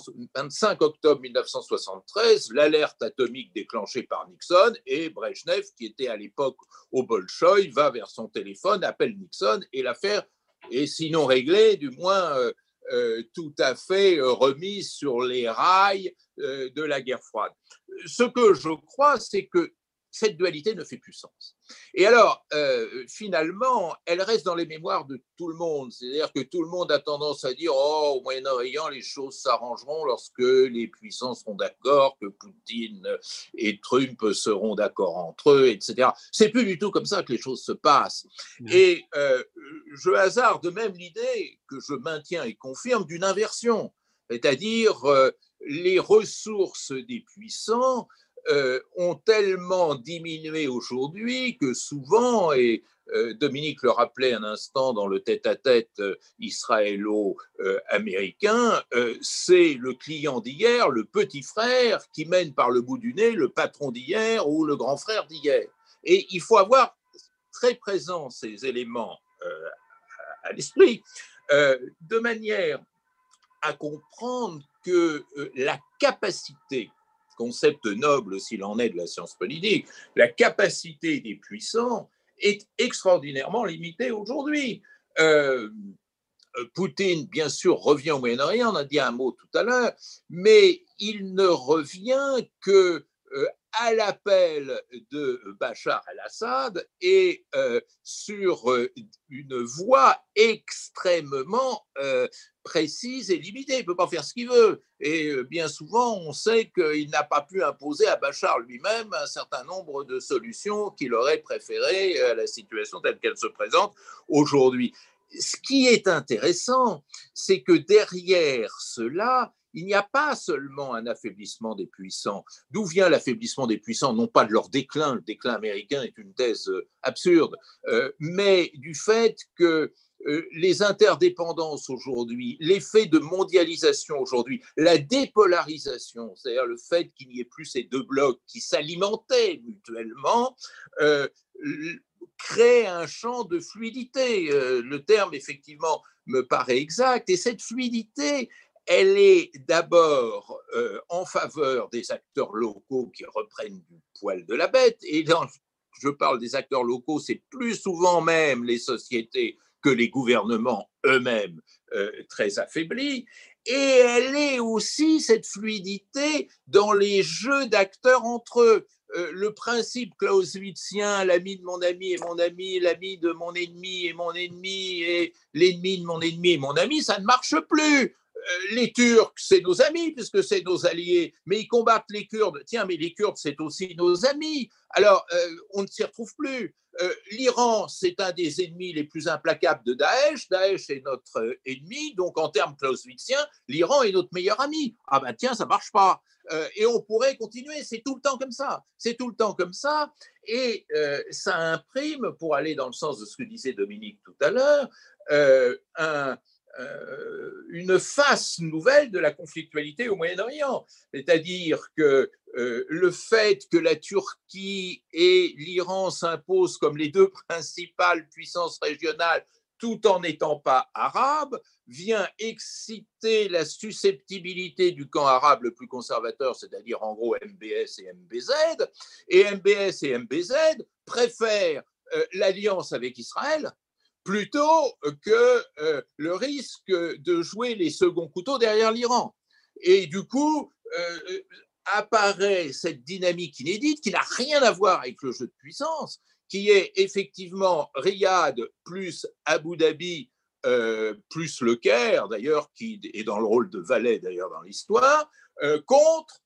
Speaker 2: 1973, l'alerte atomique déclenchée par Nixon, et Brejnev, qui était à l'époque au Bolchoï, va vers son téléphone, appelle Nixon, et l'affaire est sinon réglée, du moins tout à fait remise sur les rails de la guerre froide. Ce que je crois, c'est que cette dualité ne fait plus sens. Et alors, finalement, elle reste dans les mémoires de tout le monde. C'est-à-dire que tout le monde a tendance à dire « Oh, au Moyen-Orient, les choses s'arrangeront lorsque les puissants seront d'accord, que Poutine et Trump seront d'accord entre eux, etc. » C'est plus du tout comme ça que les choses se passent. Et je hasarde de même l'idée que je maintiens et confirme d'une inversion. C'est-à-dire, les ressources des puissants ont tellement diminué aujourd'hui que souvent, et Dominique le rappelait un instant dans le tête-à-tête israélo-américain, c'est le client d'hier, le petit frère qui mène par le bout du nez le patron d'hier ou le grand frère d'hier. Et il faut avoir très présent ces éléments à l'esprit, de manière à comprendre que la capacité, concept noble s'il en est de la science politique, la capacité des puissants est extraordinairement limitée aujourd'hui. Poutine, bien sûr, revient au Moyen-Orient, on a dit un mot tout à l'heure, mais il ne revient que à l'appel de Bachar el-Assad et sur une voie extrêmement précise et limitée. Il ne peut pas faire ce qu'il veut. Et bien souvent, on sait qu'il n'a pas pu imposer à Bachar lui-même un certain nombre de solutions qu'il aurait préférées à la situation telle qu'elle se présente aujourd'hui. Ce qui est intéressant, c'est que derrière cela, il n'y a pas seulement un affaiblissement des puissants. D'où vient l'affaiblissement des puissants? Non pas de leur déclin, le déclin américain est une thèse absurde, mais du fait que les interdépendances aujourd'hui, l'effet de mondialisation aujourd'hui, la dépolarisation, c'est-à-dire le fait qu'il n'y ait plus ces deux blocs qui s'alimentaient mutuellement, crée un champ de fluidité. Le terme, effectivement, me paraît exact. Et cette fluidité, elle est d'abord en faveur des acteurs locaux qui reprennent du poil de la bête. Et quand je parle des acteurs locaux, c'est plus souvent même les sociétés que les gouvernements eux-mêmes très affaiblis. Et elle est aussi, cette fluidité, dans les jeux d'acteurs entre eux. Le principe clausewitzien, l'ami de mon ami est mon ami, l'ami de mon ennemi est mon ennemi, et l'ennemi de mon ennemi est mon ami, ça ne marche plus. Les Turcs, c'est nos amis, puisque c'est nos alliés, mais ils combattent les Kurdes. Tiens, mais les Kurdes, c'est aussi nos amis. Alors, on ne s'y retrouve plus. L'Iran, c'est un des ennemis les plus implacables de Daesh. Daesh est notre ennemi, donc en termes clausewitziens, l'Iran est notre meilleur ami. Ah ben tiens, ça ne marche pas. Et on pourrait continuer, c'est tout le temps comme ça. C'est tout le temps comme ça. Et ça imprime, pour aller dans le sens de ce que disait Dominique tout à l'heure, une face nouvelle de la conflictualité au Moyen-Orient. C'est-à-dire que le fait que la Turquie et l'Iran s'imposent comme les deux principales puissances régionales tout en n'étant pas arabes, vient exciter la susceptibilité du camp arabe le plus conservateur, c'est-à-dire en gros MBS et MBZ, et MBS et MBZ préfèrent l'alliance avec Israël plutôt que le risque de jouer les seconds couteaux derrière l'Iran. Et du coup, apparaît cette dynamique inédite qui n'a rien à voir avec le jeu de puissance, qui est effectivement Riyad plus Abu Dhabi plus le Caire, d'ailleurs, qui est dans le rôle de valet d'ailleurs dans l'histoire, contre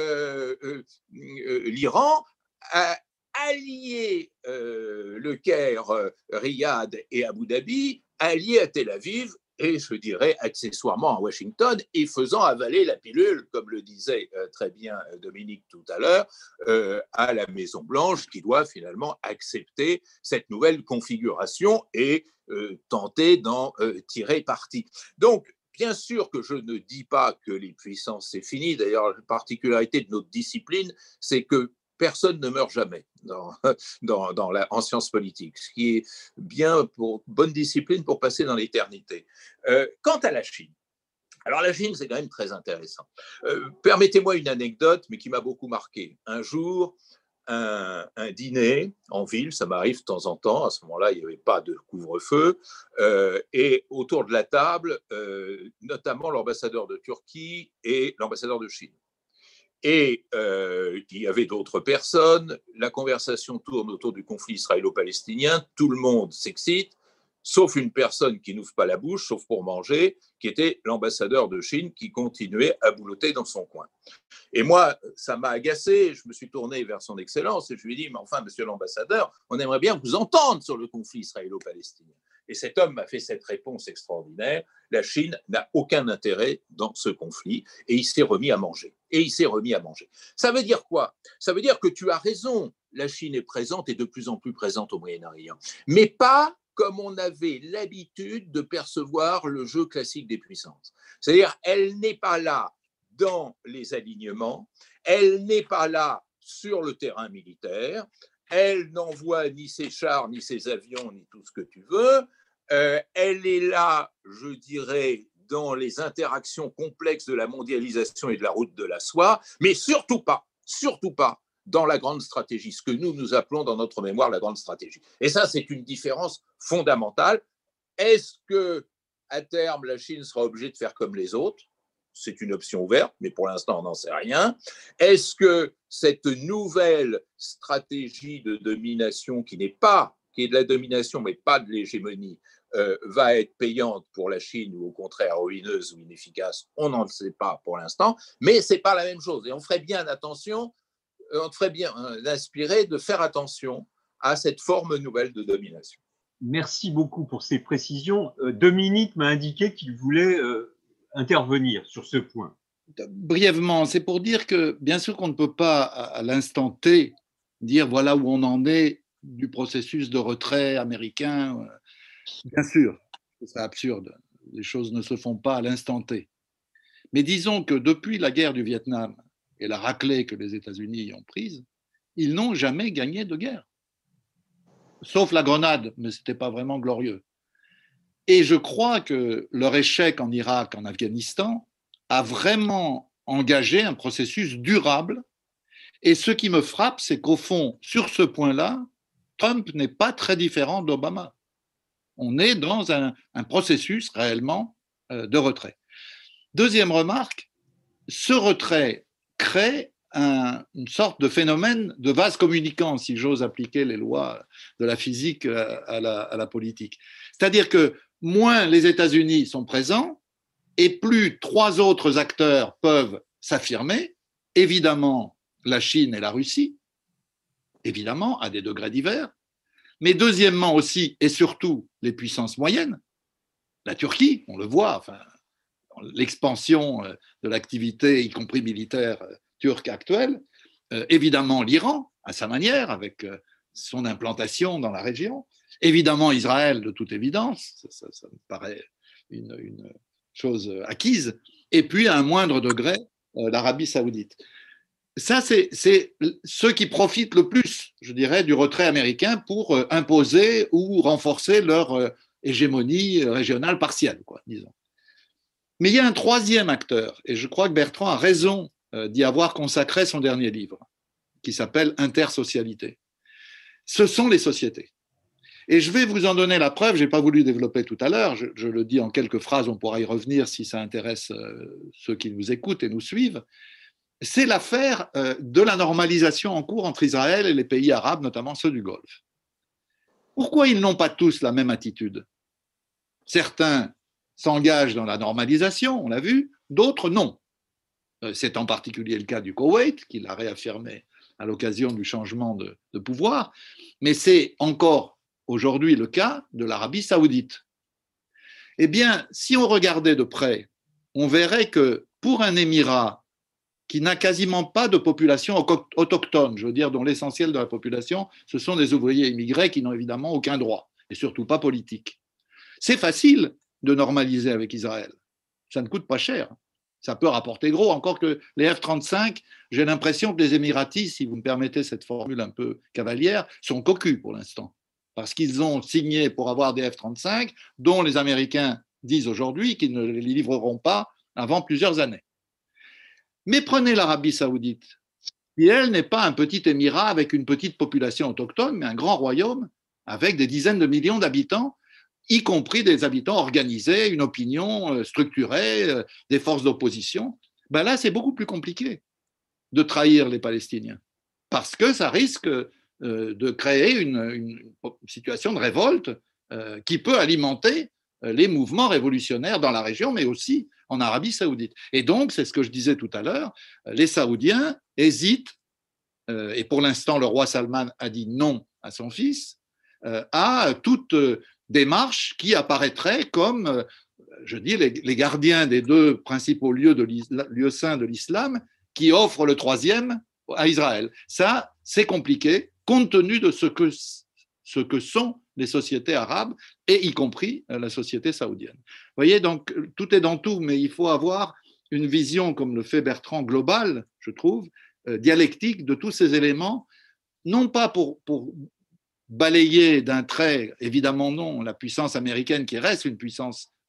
Speaker 2: l'Iran, allier le Caire, Riyad et Abu Dhabi, allier à Tel Aviv et, je dirais, accessoirement à Washington, et faisant avaler la pilule, comme le disait très bien Dominique tout à l'heure, à la Maison-Blanche, qui doit finalement accepter cette nouvelle configuration et tenter d'en tirer parti. Donc, bien sûr que je ne dis pas que les puissances, c'est fini. D'ailleurs, la particularité de notre discipline, c'est que personne ne meurt jamais en sciences politiques, ce qui est bien pour bonne discipline pour passer dans l'éternité. Quant à la Chine, alors la Chine, c'est quand même très intéressant. Permettez-moi une anecdote, mais qui m'a beaucoup marqué. Un jour, un dîner en ville, ça m'arrive de temps en temps, à ce moment-là, il n'y avait pas de couvre-feu, et autour de la table, notamment l'ambassadeur de Turquie et l'ambassadeur de Chine. Et il y avait d'autres personnes, la conversation tourne autour du conflit israélo-palestinien, tout le monde s'excite, sauf une personne qui n'ouvre pas la bouche, sauf pour manger, qui était l'ambassadeur de Chine qui continuait à boulotter dans son coin. Et moi, ça m'a agacé, je me suis tourné vers son Excellence et je lui ai dit, mais enfin, monsieur l'ambassadeur, on aimerait bien vous entendre sur le conflit israélo-palestinien. Et cet homme m'a fait cette réponse extraordinaire, la Chine n'a aucun intérêt dans ce conflit, et il s'est remis à manger. Ça veut dire quoi? Ça veut dire que tu as raison, la Chine est présente et de plus en plus présente au Moyen-Orient, mais pas comme on avait l'habitude de percevoir le jeu classique des puissances. C'est-à-dire, elle n'est pas là dans les alignements, elle n'est pas là sur le terrain militaire, elle n'envoie ni ses chars, ni ses avions, ni tout ce que tu veux, elle est là, je dirais, dans les interactions complexes de la mondialisation et de la route de la soie, mais surtout pas dans la grande stratégie, ce que nous appelons dans notre mémoire la grande stratégie. Et ça, c'est une différence fondamentale. Est-ce que à terme, la Chine sera obligée de faire comme les autres? C'est une option ouverte, mais pour l'instant, on n'en sait rien. Est-ce que cette nouvelle stratégie de domination, qui est de la domination, mais pas de l'hégémonie, va être payante pour la Chine ou au contraire ruineuse ou inefficace? On n'en sait pas pour l'instant, mais ce n'est pas la même chose. Et on ferait bien d'inspirer de faire attention à cette forme nouvelle de domination.
Speaker 1: Merci beaucoup pour ces précisions. Dominique m'a indiqué qu'il voulait intervenir sur ce point.
Speaker 3: Brièvement, c'est pour dire que bien sûr qu'on ne peut pas à l'instant T dire voilà où on en est du processus de retrait américain. Bien sûr, c'est absurde. Les choses ne se font pas à l'instant T. Mais disons que depuis la guerre du Vietnam et la raclée que les États-Unis y ont prise, ils n'ont jamais gagné de guerre. Sauf la grenade, mais ce n'était pas vraiment glorieux. Et je crois que leur échec en Irak, en Afghanistan, a vraiment engagé un processus durable. Et ce qui me frappe, c'est qu'au fond, sur ce point-là, Trump n'est pas très différent d'Obama. On est dans un processus réellement de retrait. Deuxième remarque, ce retrait crée une sorte de phénomène de vase communicant, si j'ose appliquer les lois de la physique à la politique. C'est-à-dire que moins les États-Unis sont présents et plus trois autres acteurs peuvent s'affirmer, évidemment la Chine et la Russie, évidemment à des degrés divers, mais deuxièmement aussi et surtout les puissances moyennes, la Turquie, on le voit, enfin, l'expansion de l'activité, y compris militaire, turque actuelle, évidemment l'Iran, à sa manière, avec son implantation dans la région, évidemment Israël, de toute évidence, ça me paraît une chose acquise, et puis à un moindre degré, l'Arabie saoudite. Ça, c'est ceux qui profitent le plus, je dirais, du retrait américain pour imposer ou renforcer leur hégémonie régionale partielle, quoi, disons. Mais il y a un troisième acteur, et je crois que Bertrand a raison d'y avoir consacré son dernier livre, qui s'appelle Intersocialité. Ce sont les sociétés. Et je vais vous en donner la preuve, je n'ai pas voulu développer tout à l'heure, je le dis en quelques phrases, on pourra y revenir si ça intéresse ceux qui nous écoutent et nous suivent. C'est l'affaire de la normalisation en cours entre Israël et les pays arabes, notamment ceux du Golfe. Pourquoi ils n'ont pas tous la même attitude? Certains s'engagent dans la normalisation, on l'a vu, d'autres non. C'est en particulier le cas du Koweït, qui l'a réaffirmé à l'occasion du changement de pouvoir, mais c'est encore aujourd'hui le cas de l'Arabie saoudite. Eh bien, si on regardait de près, on verrait que pour un émirat qui n'a quasiment pas de population autochtone, je veux dire dont l'essentiel de la population, ce sont des ouvriers immigrés qui n'ont évidemment aucun droit, et surtout pas politique. C'est facile de normaliser avec Israël. Ça ne coûte pas cher. Ça peut rapporter gros, encore que les F-35, j'ai l'impression que les Émiratis, si vous me permettez cette formule un peu cavalière, sont cocus pour l'instant. Parce qu'ils ont signé pour avoir des F-35, dont les Américains disent aujourd'hui qu'ils ne les livreront pas avant plusieurs années. Mais prenez l'Arabie saoudite, qui elle n'est pas un petit émirat avec une petite population autochtone, mais un grand royaume avec des dizaines de millions d'habitants, y compris des habitants organisés, une opinion structurée, des forces d'opposition. Ben là, c'est beaucoup plus compliqué de trahir les Palestiniens, parce que ça risque de créer une situation de révolte qui peut alimenter les mouvements révolutionnaires dans la région, mais aussi en Arabie saoudite. Et donc, c'est ce que je disais tout à l'heure, les Saoudiens hésitent, et pour l'instant, le roi Salman a dit non à son fils, à toute démarche qui apparaîtrait comme, je dis, les gardiens des deux principaux lieux saints de l'islam qui offrent le troisième à Israël. Ça, c'est compliqué, compte tenu de ce que sont les sociétés arabes, et y compris la société saoudienne. Vous voyez, donc, tout est dans tout, mais il faut avoir une vision, comme le fait Bertrand, globale, je trouve, dialectique de tous ces éléments, non pas pour balayer d'un trait, évidemment non, la puissance américaine qui reste une puissance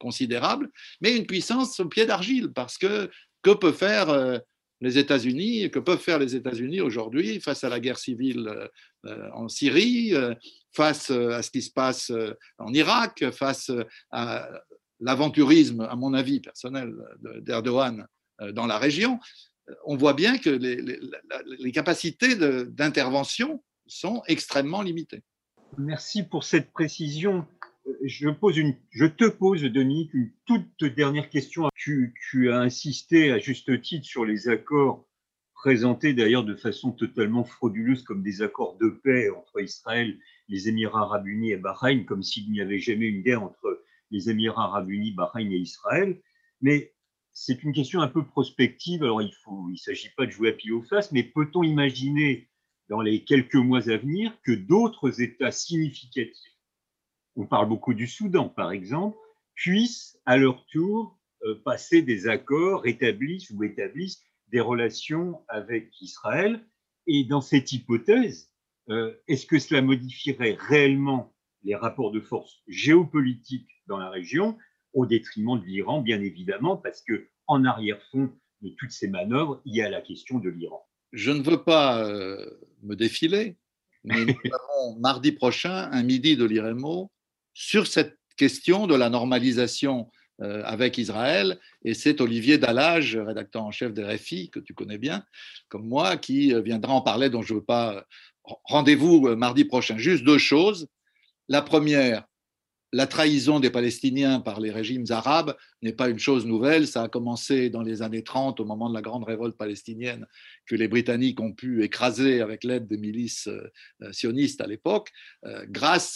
Speaker 3: considérable, mais une puissance au pied d'argile, parce que peut faire les États-Unis, que peuvent faire les États-Unis aujourd'hui face à la guerre civile en Syrie, face à ce qui se passe en Irak, face à l'aventurisme, à mon avis personnel, d'Erdogan dans la région. On voit bien que les capacités d'intervention sont extrêmement limitées.
Speaker 1: Merci pour cette précision. Je te pose, Denis, une toute dernière question. Tu as insisté à juste titre sur les accords présentés d'ailleurs de façon totalement frauduleuse comme des accords de paix entre Israël, les Émirats arabes unis et Bahreïn, comme s'il n'y avait jamais eu une guerre entre les Émirats arabes unis, Bahreïn et Israël. Mais c'est une question un peu prospective. Alors, il ne s'agit pas de jouer à pile ou face, mais peut-on imaginer dans les quelques mois à venir que d'autres États significatifs, on parle beaucoup du Soudan par exemple, puissent à leur tour passer des accords, établissent des relations avec Israël. Et dans cette hypothèse, est-ce que cela modifierait réellement les rapports de force géopolitiques dans la région au détriment de l'Iran, bien évidemment, parce qu'en arrière-fond de toutes ces manœuvres, il y a la question de l'Iran.
Speaker 3: Je ne veux pas me défiler, mais nous avons mardi prochain un midi de l'IREMO sur cette question de la normalisation avec Israël, et c'est Olivier Dallage, rédacteur en chef des RFI, que tu connais bien, comme moi, qui viendra en parler, dont je ne veux pas… Rendez-vous mardi prochain. Juste deux choses. La première, la trahison des Palestiniens par les régimes arabes n'est pas une chose nouvelle. Ça a commencé dans les années 30, au moment de la grande révolte palestinienne, que les Britanniques ont pu écraser avec l'aide des milices sionistes à l'époque, grâce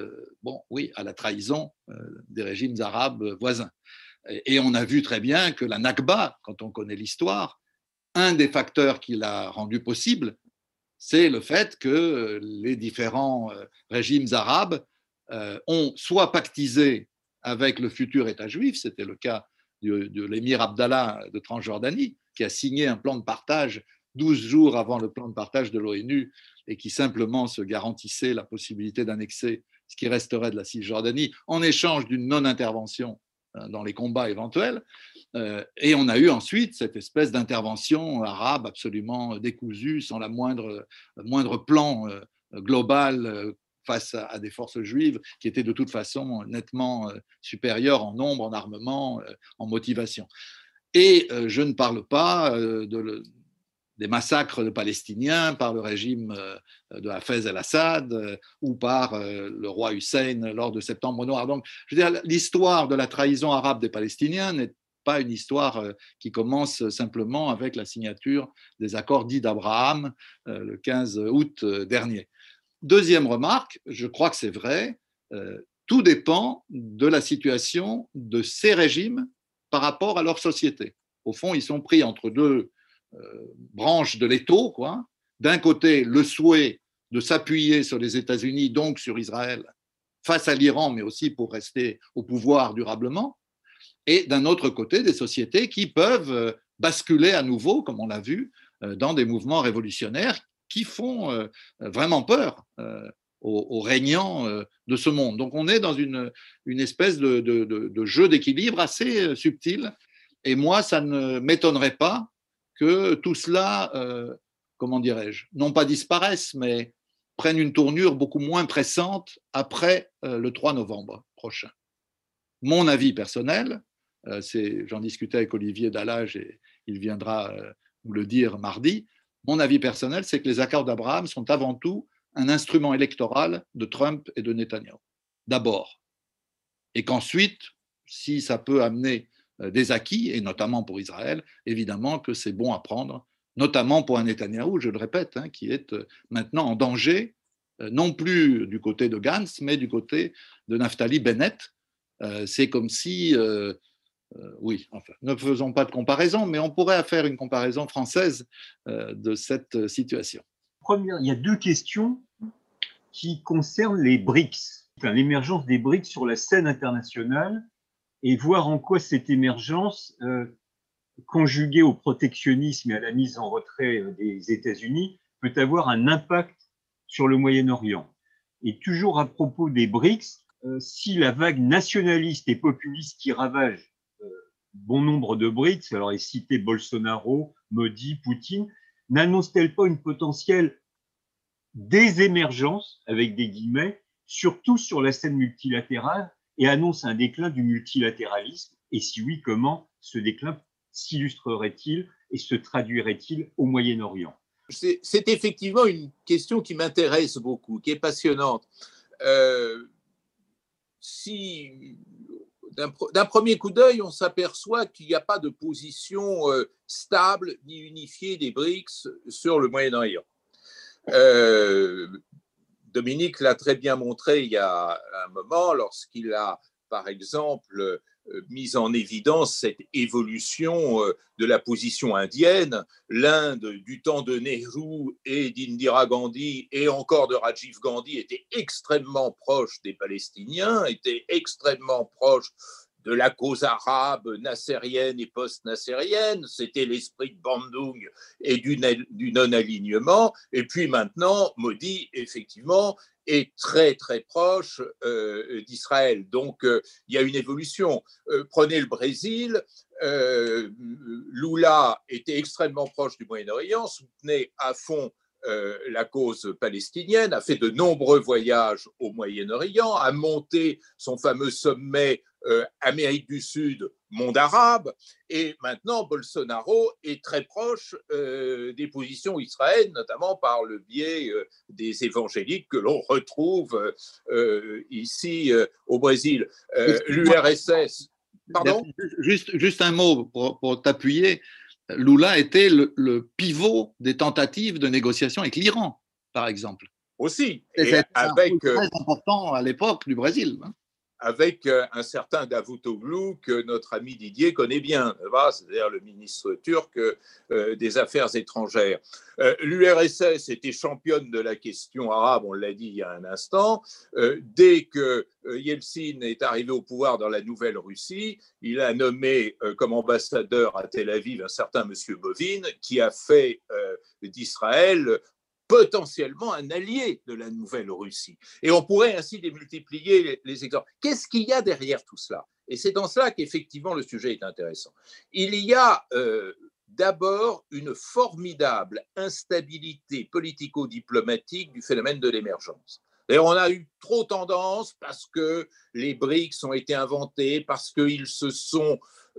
Speaker 3: à la trahison des régimes arabes voisins. Et on a vu très bien que la Nakba, quand on connaît l'histoire, un des facteurs qui l'a rendu possible, c'est le fait que les différents régimes arabes ont soit pactisé avec le futur État juif, c'était le cas de l'émir Abdallah de Transjordanie, qui a signé un plan de partage 12 jours avant le plan de partage de l'ONU et qui simplement se garantissait la possibilité d'annexer ce qui resterait de la Cisjordanie en échange d'une non-intervention dans les combats éventuels. Et on a eu ensuite cette espèce d'intervention arabe absolument décousue, sans le moindre plan global face à des forces juives qui étaient de toute façon nettement supérieures en nombre, en armement, en motivation. Et je ne parle pas des massacres de Palestiniens par le régime de Hafez el-Assad ou par le roi Hussein lors de Septembre Noir. Donc, je veux dire, l'histoire de la trahison arabe des Palestiniens n'est pas une histoire qui commence simplement avec la signature des accords dits d'Abraham le 15 août dernier. Deuxième remarque, je crois que c'est vrai, tout dépend de la situation de ces régimes par rapport à leur société. Au fond, ils sont pris entre deux branches de l'étau, quoi. D'un côté, le souhait de s'appuyer sur les États-Unis, donc sur Israël, face à l'Iran, mais aussi pour rester au pouvoir durablement, et d'un autre côté, des sociétés qui peuvent basculer à nouveau, comme on l'a vu, dans des mouvements révolutionnaires qui font vraiment peur aux régnants de ce monde. Donc on est dans une espèce de jeu d'équilibre assez subtil, et moi, ça ne m'étonnerait pas que tout cela, comment dirais-je, non pas disparaisse, mais prenne une tournure beaucoup moins pressante après le 3 novembre prochain. Mon avis personnel, j'en discutais avec Olivier Dallage et il viendra nous le dire mardi, mon avis personnel, c'est que les accords d'Abraham sont avant tout un instrument électoral de Trump et de Netanyahou, d'abord. Et qu'ensuite, si ça peut amener des acquis, et notamment pour Israël, évidemment que c'est bon à prendre, notamment pour un Netanyahou, je le répète, qui est maintenant en danger, non plus du côté de Gantz, mais du côté de Naftali Bennett. C'est comme si, oui, enfin, ne faisons pas de comparaison, mais on pourrait faire une comparaison française de cette situation.
Speaker 1: Première, il y a deux questions qui concernent les BRICS, l'émergence des BRICS sur la scène internationale, et voir en quoi cette émergence, conjuguée au protectionnisme et à la mise en retrait des États-Unis, peut avoir un impact sur le Moyen-Orient. Et toujours à propos des BRICS, si la vague nationaliste et populiste qui ravage bon nombre de BRICS, alors est cité Bolsonaro, Modi, Poutine, n'annonce-t-elle pas une potentielle désémergence, avec des guillemets, surtout sur la scène multilatérale, et annonce un déclin du multilatéralisme? Et si oui, comment ce déclin s'illustrerait-il et se traduirait-il au Moyen-Orient?
Speaker 2: C'est effectivement une question qui m'intéresse beaucoup, qui est passionnante. Si d'un premier coup d'œil, on s'aperçoit qu'il n'y a pas de position stable ni unifiée des BRICS sur le Moyen-Orient. Dominique l'a très bien montré il y a un moment lorsqu'il a, par exemple, mis en évidence cette évolution de la position indienne. L'Inde, du temps de Nehru et d'Indira Gandhi et encore de Rajiv Gandhi, était extrêmement proche des Palestiniens, était extrêmement proche de la cause arabe nassérienne et post-nassérienne. C'était l'esprit de Bandung et du non-alignement. Et puis maintenant, Modi, effectivement, est très, très proche d'Israël. Donc, il y a une évolution. Prenez le Brésil. Lula était extrêmement proche du Moyen-Orient, soutenait à fond la cause palestinienne, a fait de nombreux voyages au Moyen-Orient, a monté son fameux sommet Amérique du Sud, monde arabe, et maintenant Bolsonaro est très proche des positions israéliennes, notamment par le biais des évangéliques que l'on retrouve ici au Brésil. L'URSS. Pardon ?
Speaker 3: Juste un mot pour t'appuyer. Lula était le pivot des tentatives de négociation avec l'Iran, par exemple.
Speaker 2: Aussi.
Speaker 3: Et avec très important à l'époque du Brésil.
Speaker 2: Avec un certain Davutoglu que notre ami Didier connaît bien, c'est-à-dire le ministre turc des Affaires étrangères. L'URSS était championne de la question arabe, on l'a dit il y a un instant. Dès que Yeltsin est arrivé au pouvoir dans la Nouvelle-Russie, il a nommé comme ambassadeur à Tel Aviv un certain monsieur Bovine qui a fait d'Israël potentiellement un allié de la Nouvelle-Russie. Et on pourrait ainsi démultiplier les exemples. Qu'est-ce qu'il y a derrière tout cela ? Et c'est dans cela qu'effectivement le sujet est intéressant. Il y a d'abord une formidable instabilité politico-diplomatique du phénomène de l'émergence. D'ailleurs, on a eu trop tendance, parce que les BRICS ont été inventés, parce qu'ils se sont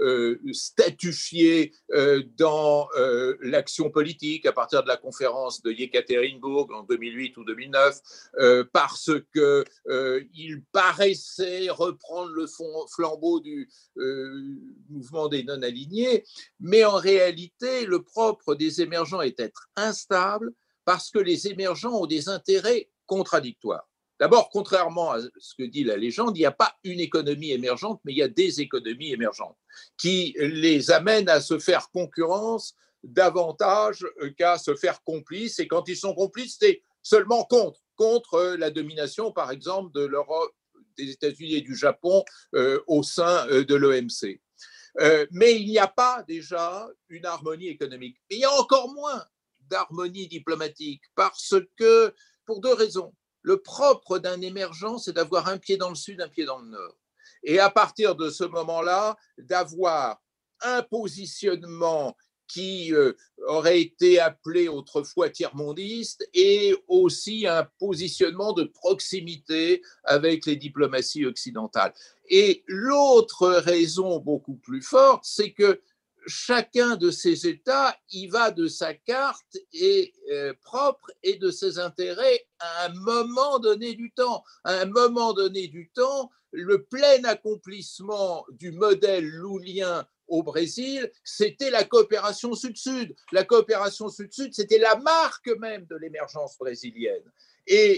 Speaker 2: statifiés dans l'action politique à partir de la conférence de Yekaterinbourg en 2008 ou 2009, parce qu'ils paraissaient reprendre le flambeau du mouvement des non-alignés, mais en réalité, le propre des émergents est d'être instable parce que les émergents ont des intérêts contradictoires. D'abord, contrairement à ce que dit la légende, il n'y a pas une économie émergente, mais il y a des économies émergentes qui les amènent à se faire concurrence davantage qu'à se faire complices. Et quand ils sont complices, c'est seulement contre la domination, par exemple, de l'Europe, des États-Unis et du Japon au sein de l'OMC. Mais il n'y a pas déjà une harmonie économique. Mais il y a encore moins d'harmonie diplomatique parce que, pour deux raisons. Le propre d'un émergent, c'est d'avoir un pied dans le sud, un pied dans le nord. Et à partir de ce moment-là, d'avoir un positionnement qui aurait été appelé autrefois tiers-mondiste et aussi un positionnement de proximité avec les diplomaties occidentales. Et l'autre raison beaucoup plus forte, c'est que chacun de ces États y va de sa carte propre et de ses intérêts à un moment donné du temps. À un moment donné du temps, le plein accomplissement du modèle loulien au Brésil, c'était la coopération sud-sud. La coopération sud-sud, c'était la marque même de l'émergence brésilienne. Et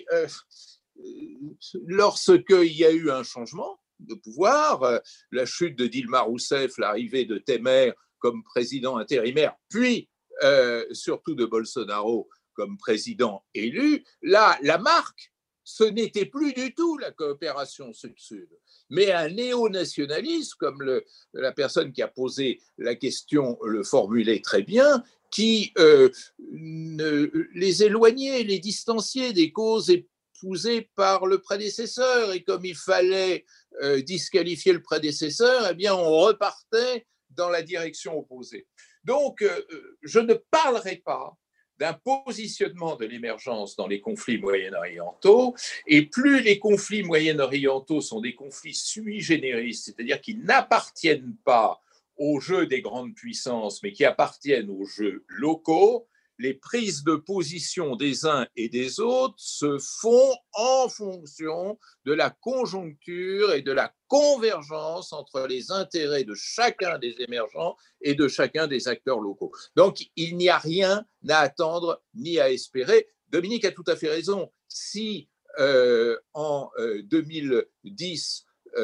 Speaker 2: lorsqu'il y a eu un changement de pouvoir, la chute de Dilma Rousseff, l'arrivée de Temer comme président intérimaire, puis surtout de Bolsonaro comme président élu, là, la marque, ce n'était plus du tout la coopération sud-sud, mais un néo-nationalisme, comme la personne qui a posé la question le formulait très bien, qui les éloignait, les distanciait des causes épousée par le prédécesseur. Et comme il fallait disqualifier le prédécesseur, eh bien, on repartait dans la direction opposée. Donc, je ne parlerai pas d'un positionnement de l'émergence dans les conflits moyen-orientaux, et plus les conflits moyen-orientaux sont des conflits sui generis, c'est-à-dire qu'ils n'appartiennent pas au jeu des grandes puissances, mais qui appartiennent aux jeux locaux, les prises de position des uns et des autres se font en fonction de la conjoncture et de la convergence entre les intérêts de chacun des émergents et de chacun des acteurs locaux. Donc, il n'y a rien à attendre ni à espérer. Dominique a tout à fait raison. Si en 2010,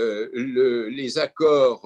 Speaker 2: les accords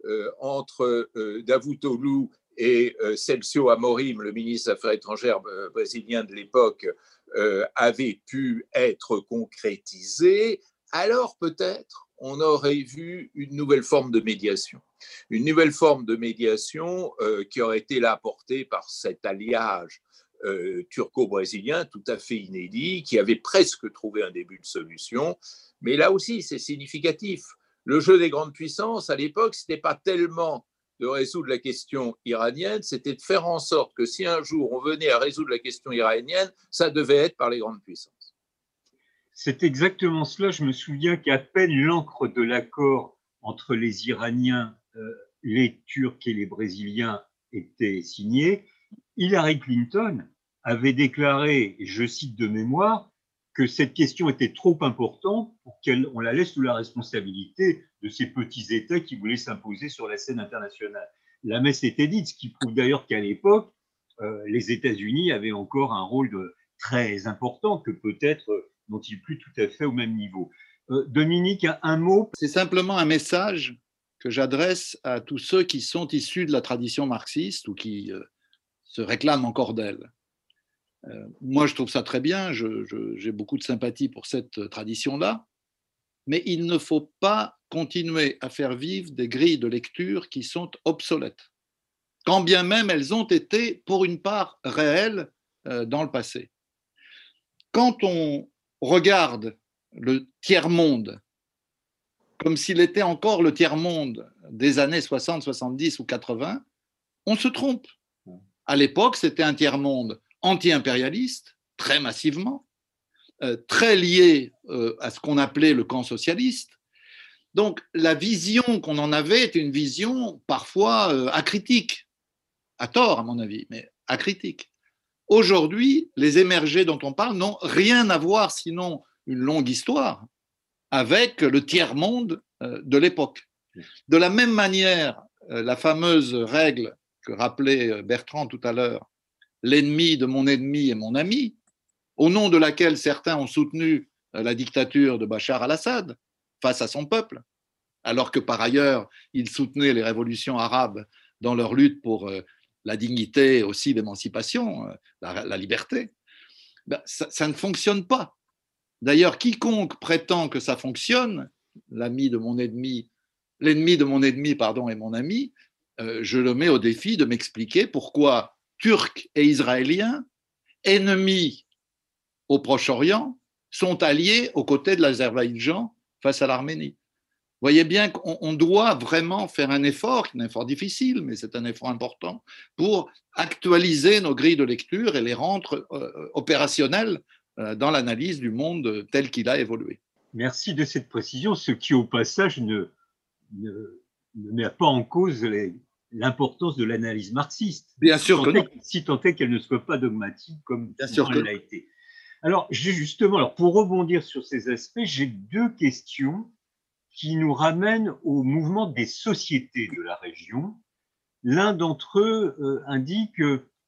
Speaker 2: entre Davutoglu et Celso Amorim, le ministre des Affaires étrangères brésilien de l'époque, avait pu être concrétisé, alors peut-être on aurait vu une nouvelle forme de médiation. Une nouvelle forme de médiation qui aurait été là apportée par cet alliage turco-brésilien tout à fait inédit, qui avait presque trouvé un début de solution. Mais là aussi, c'est significatif. Le jeu des grandes puissances, à l'époque, ce n'était pas tellement de résoudre la question iranienne, c'était de faire en sorte que si un jour on venait à résoudre la question iranienne, ça devait être par les grandes puissances.
Speaker 1: C'est exactement cela. Je me souviens qu'à peine l'encre de l'accord entre les Iraniens, les Turcs et les Brésiliens était signée, Hillary Clinton avait déclaré, et je cite de mémoire, que cette question était trop importante pour qu'on la laisse sous la responsabilité de ces petits États qui voulaient s'imposer sur la scène internationale. La messe était dite, ce qui prouve d'ailleurs qu'à l'époque, les États-Unis avaient encore un rôle très important que peut-être n'ont-ils plus tout à fait au même niveau. Dominique, un mot?
Speaker 3: C'est simplement un message que j'adresse à tous ceux qui sont issus de la tradition marxiste ou qui se réclament encore d'elle. Moi, je trouve ça très bien, j'ai beaucoup de sympathie pour cette tradition-là, mais il ne faut pas continuer à faire vivre des grilles de lecture qui sont obsolètes, quand bien même elles ont été, pour une part, réelles dans le passé. Quand on regarde le tiers-monde comme s'il était encore le tiers-monde des années 60, 70 ou 80, on se trompe. À l'époque, c'était un tiers-monde anti-impérialiste, très massivement, très lié à ce qu'on appelait le camp socialiste. Donc, la vision qu'on en avait était une vision parfois acritique, à tort à mon avis, mais acritique. Aujourd'hui, les émergés dont on parle n'ont rien à voir, sinon une longue histoire, avec le tiers-monde de l'époque. De la même manière, la fameuse règle que rappelait Bertrand tout à l'heure, l'ennemi de mon ennemi est mon ami, au nom de laquelle certains ont soutenu la dictature de Bachar al-Assad face à son peuple, alors que par ailleurs, ils soutenaient les révolutions arabes dans leur lutte pour la dignité aussi l'émancipation, la liberté, ben, ça ne fonctionne pas. D'ailleurs, quiconque prétend que ça fonctionne, l'ennemi de mon ennemi est mon ami, je le mets au défi de m'expliquer pourquoi Turcs et Israéliens, ennemis au Proche-Orient, sont alliés aux côtés de l'Azerbaïdjan face à l'Arménie. Vous voyez bien qu'on doit vraiment faire un effort difficile, mais c'est un effort important, pour actualiser nos grilles de lecture et les rendre opérationnelles dans l'analyse du monde tel qu'il a évolué.
Speaker 1: Merci de cette précision, ce qui au passage ne met pas en cause l'importance de l'analyse marxiste.
Speaker 3: Bien sûr que non.
Speaker 1: Si tant est qu'elle ne soit pas dogmatique comme elle l'a été. Alors justement, pour rebondir sur ces aspects, j'ai deux questions qui nous ramènent au mouvement des sociétés de la région. L'un d'entre eux indique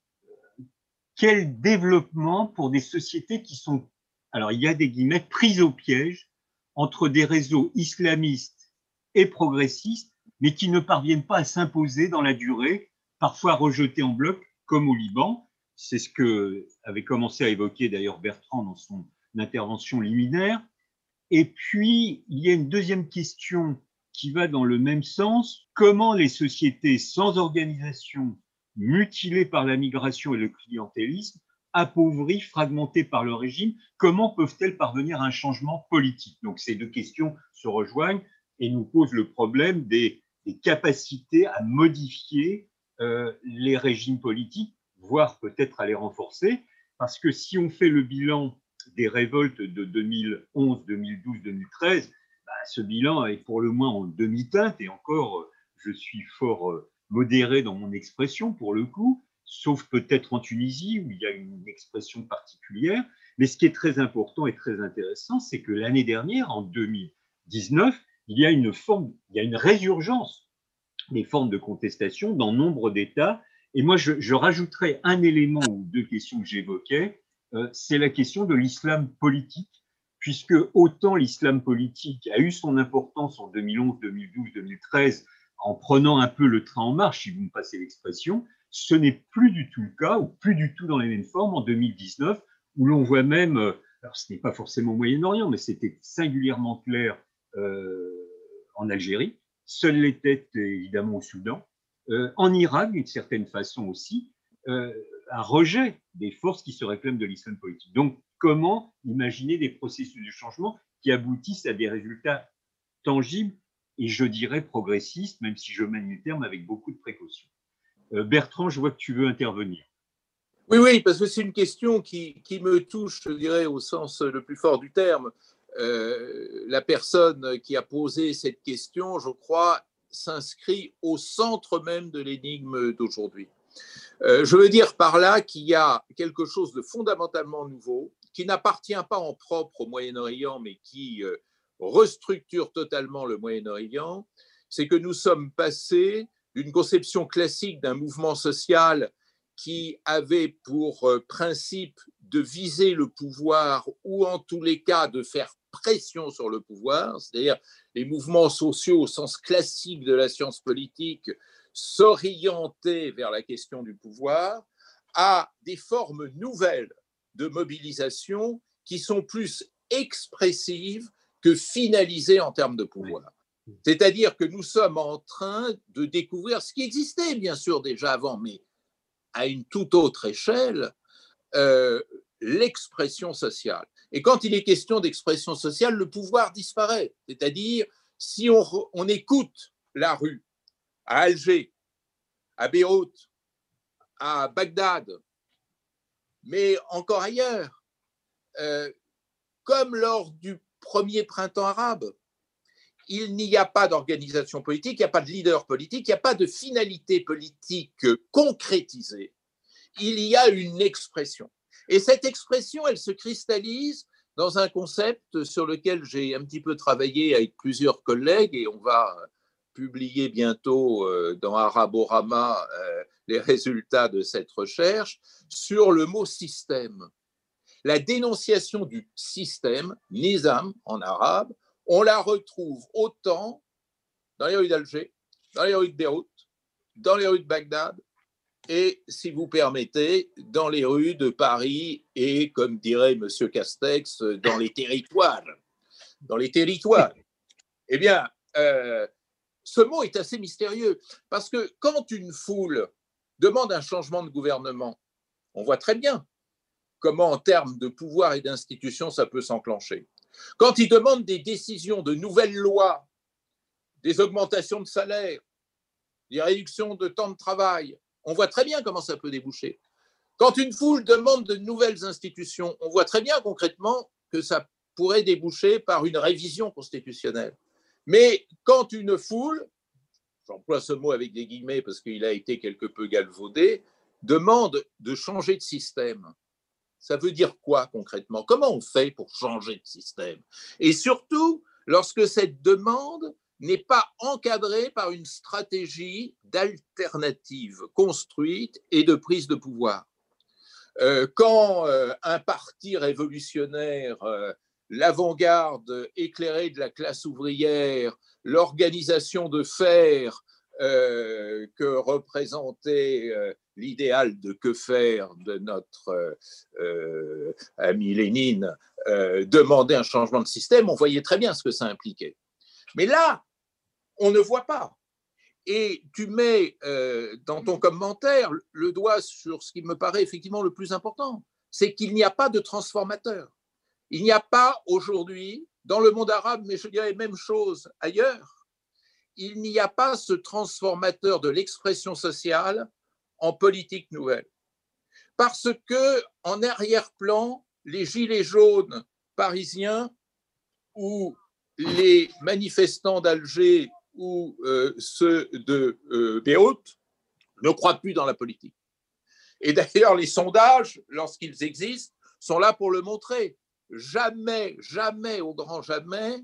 Speaker 1: quel développement pour des sociétés qui sont, alors il y a des guillemets, prises au piège entre des réseaux islamistes et progressistes, mais qui ne parviennent pas à s'imposer dans la durée, parfois rejetés en bloc, comme au Liban. C'est ce que avait commencé à évoquer d'ailleurs Bertrand dans son intervention liminaire. Et puis, il y a une deuxième question qui va dans le même sens. Comment les sociétés sans organisation, mutilées par la migration et le clientélisme, appauvries, fragmentées par le régime, comment peuvent-elles parvenir à un changement politique? Donc ces deux questions se rejoignent et nous posent le problème des capacités à modifier les régimes politiques, voire peut-être à les renforcer, parce que si on fait le bilan des révoltes de 2011, 2012, 2013, ce bilan est pour le moins en demi-teinte, et encore, je suis fort modéré dans mon expression pour le coup, sauf peut-être en Tunisie où il y a une expression particulière. Mais ce qui est très important et très intéressant, c'est que l'année dernière, en 2019, il y a une résurgence des formes de contestation dans nombre d'États. Et moi, je rajouterais un élément ou deux questions que j'évoquais, c'est la question de l'islam politique, puisque autant l'islam politique a eu son importance en 2011, 2012, 2013, en prenant un peu le train en marche, si vous me passez l'expression, ce n'est plus du tout le cas, ou plus du tout dans les mêmes formes en 2019, où l'on voit même, alors ce n'est pas forcément au Moyen-Orient, mais c'était singulièrement clair en Algérie, seul l'était évidemment au Soudan, en Irak d'une certaine façon aussi, un rejet des forces qui se réclament de l'islam politique. Donc, comment imaginer des processus de changement qui aboutissent à des résultats tangibles et je dirais progressistes, même si je mène le terme avec beaucoup de précautions. Bertrand, je vois que tu veux intervenir.
Speaker 2: Oui, oui, parce que c'est une question qui me touche, je dirais, au sens le plus fort du terme. La personne qui a posé cette question, je crois, s'inscrit au centre même de l'énigme d'aujourd'hui. Je veux dire par là qu'il y a quelque chose de fondamentalement nouveau, qui n'appartient pas en propre au Moyen-Orient, mais qui restructure totalement le Moyen-Orient, c'est que nous sommes passés d'une conception classique d'un mouvement social qui avait pour principe de viser le pouvoir ou en tous les cas de faire pression sur le pouvoir, c'est-à-dire les mouvements sociaux au sens classique de la science politique s'orienter vers la question du pouvoir, à des formes nouvelles de mobilisation qui sont plus expressives que finalisées en termes de pouvoir. C'est-à-dire que nous sommes en train de découvrir ce qui existait bien sûr déjà avant, mais à une toute autre échelle, l'expression sociale. Et quand il est question d'expression sociale, le pouvoir disparaît. C'est-à-dire, si on écoute la rue à Alger, à Beyrouth, à Bagdad, mais encore ailleurs, comme lors du premier printemps arabe, il n'y a pas d'organisation politique, il n'y a pas de leader politique, il n'y a pas de finalité politique concrétisée. Il y a une expression. Et cette expression, elle se cristallise dans un concept sur lequel j'ai un petit peu travaillé avec plusieurs collègues et on va publier bientôt dans Araborama les résultats de cette recherche sur le mot système. La dénonciation du système, nizam en arabe, on la retrouve autant dans les rues d'Alger, dans les rues de Beyrouth, dans les rues de Bagdad et, si vous permettez, dans les rues de Paris et, comme dirait M. Castex, dans les territoires. Dans les territoires. Eh bien, ce mot est assez mystérieux parce que quand une foule demande un changement de gouvernement, on voit très bien comment, en termes de pouvoir et d'institutions, ça peut s'enclencher. Quand ils demandent des décisions, de nouvelles lois, des augmentations de salaire, des réductions de temps de travail, on voit très bien comment ça peut déboucher. Quand une foule demande de nouvelles institutions, on voit très bien concrètement que ça pourrait déboucher par une révision constitutionnelle. Mais quand une foule, j'emploie ce mot avec des guillemets parce qu'il a été quelque peu galvaudé, demande de changer de système, ça veut dire quoi concrètement? Comment on fait pour changer de système? Et surtout, lorsque cette demande n'est pas encadrée par une stratégie d'alternative construite et de prise de pouvoir. Quand un parti révolutionnaire, l'avant-garde éclairée de la classe ouvrière, l'organisation de fer que représentait l'idéal de que faire de notre ami Lénine, demandait un changement de système, on voyait très bien ce que ça impliquait. Mais là, on ne voit pas. Et tu mets dans ton commentaire le doigt sur ce qui me paraît effectivement le plus important, c'est qu'il n'y a pas de transformateur. Il n'y a pas aujourd'hui, dans le monde arabe, mais je dirais la même chose ailleurs, il n'y a pas ce transformateur de l'expression sociale en politique nouvelle. Parce que en arrière-plan, les gilets jaunes parisiens ou les manifestants d'Alger ou ceux de Beyrouth ne croient plus dans la politique. Et d'ailleurs, les sondages, lorsqu'ils existent, sont là pour le montrer. Jamais, jamais, au grand jamais,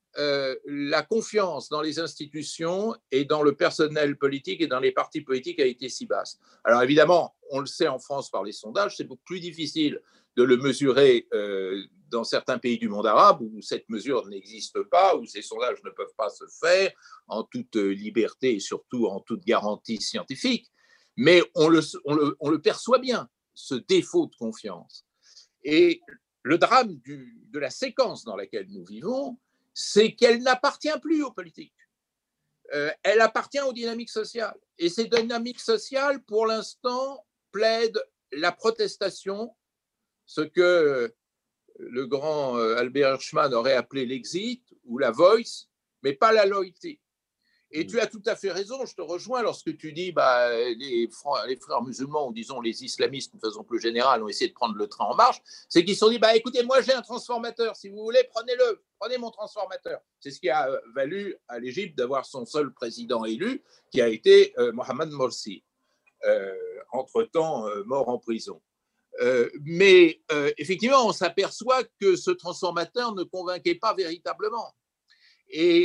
Speaker 2: la confiance dans les institutions et dans le personnel politique et dans les partis politiques a été si basse. Alors évidemment, on le sait en France par les sondages, c'est beaucoup plus difficile de le mesurer dans certains pays du monde arabe où cette mesure n'existe pas, où ces sondages ne peuvent pas se faire en toute liberté et surtout en toute garantie scientifique. Mais on le perçoit bien, ce défaut de confiance. Et le drame de la séquence dans laquelle nous vivons, c'est qu'elle n'appartient plus aux politiques. Elle appartient aux dynamiques sociales. Et ces dynamiques sociales, pour l'instant, plaident la protestation, ce que le grand Albert Hirschman aurait appelé l'exit ou la voice, mais pas la loyauté. Et tu as tout à fait raison, je te rejoins lorsque tu dis les frères musulmans, ou disons les islamistes de façon plus générale, ont essayé de prendre le train en marche, c'est qu'ils se sont dit, écoutez, moi j'ai un transformateur, si vous voulez, prenez-le, prenez mon transformateur. C'est ce qui a valu à l'Égypte d'avoir son seul président élu, qui a été Mohamed Morsi, entre-temps mort en prison. Mais effectivement, on s'aperçoit que ce transformateur ne convainquait pas véritablement. Et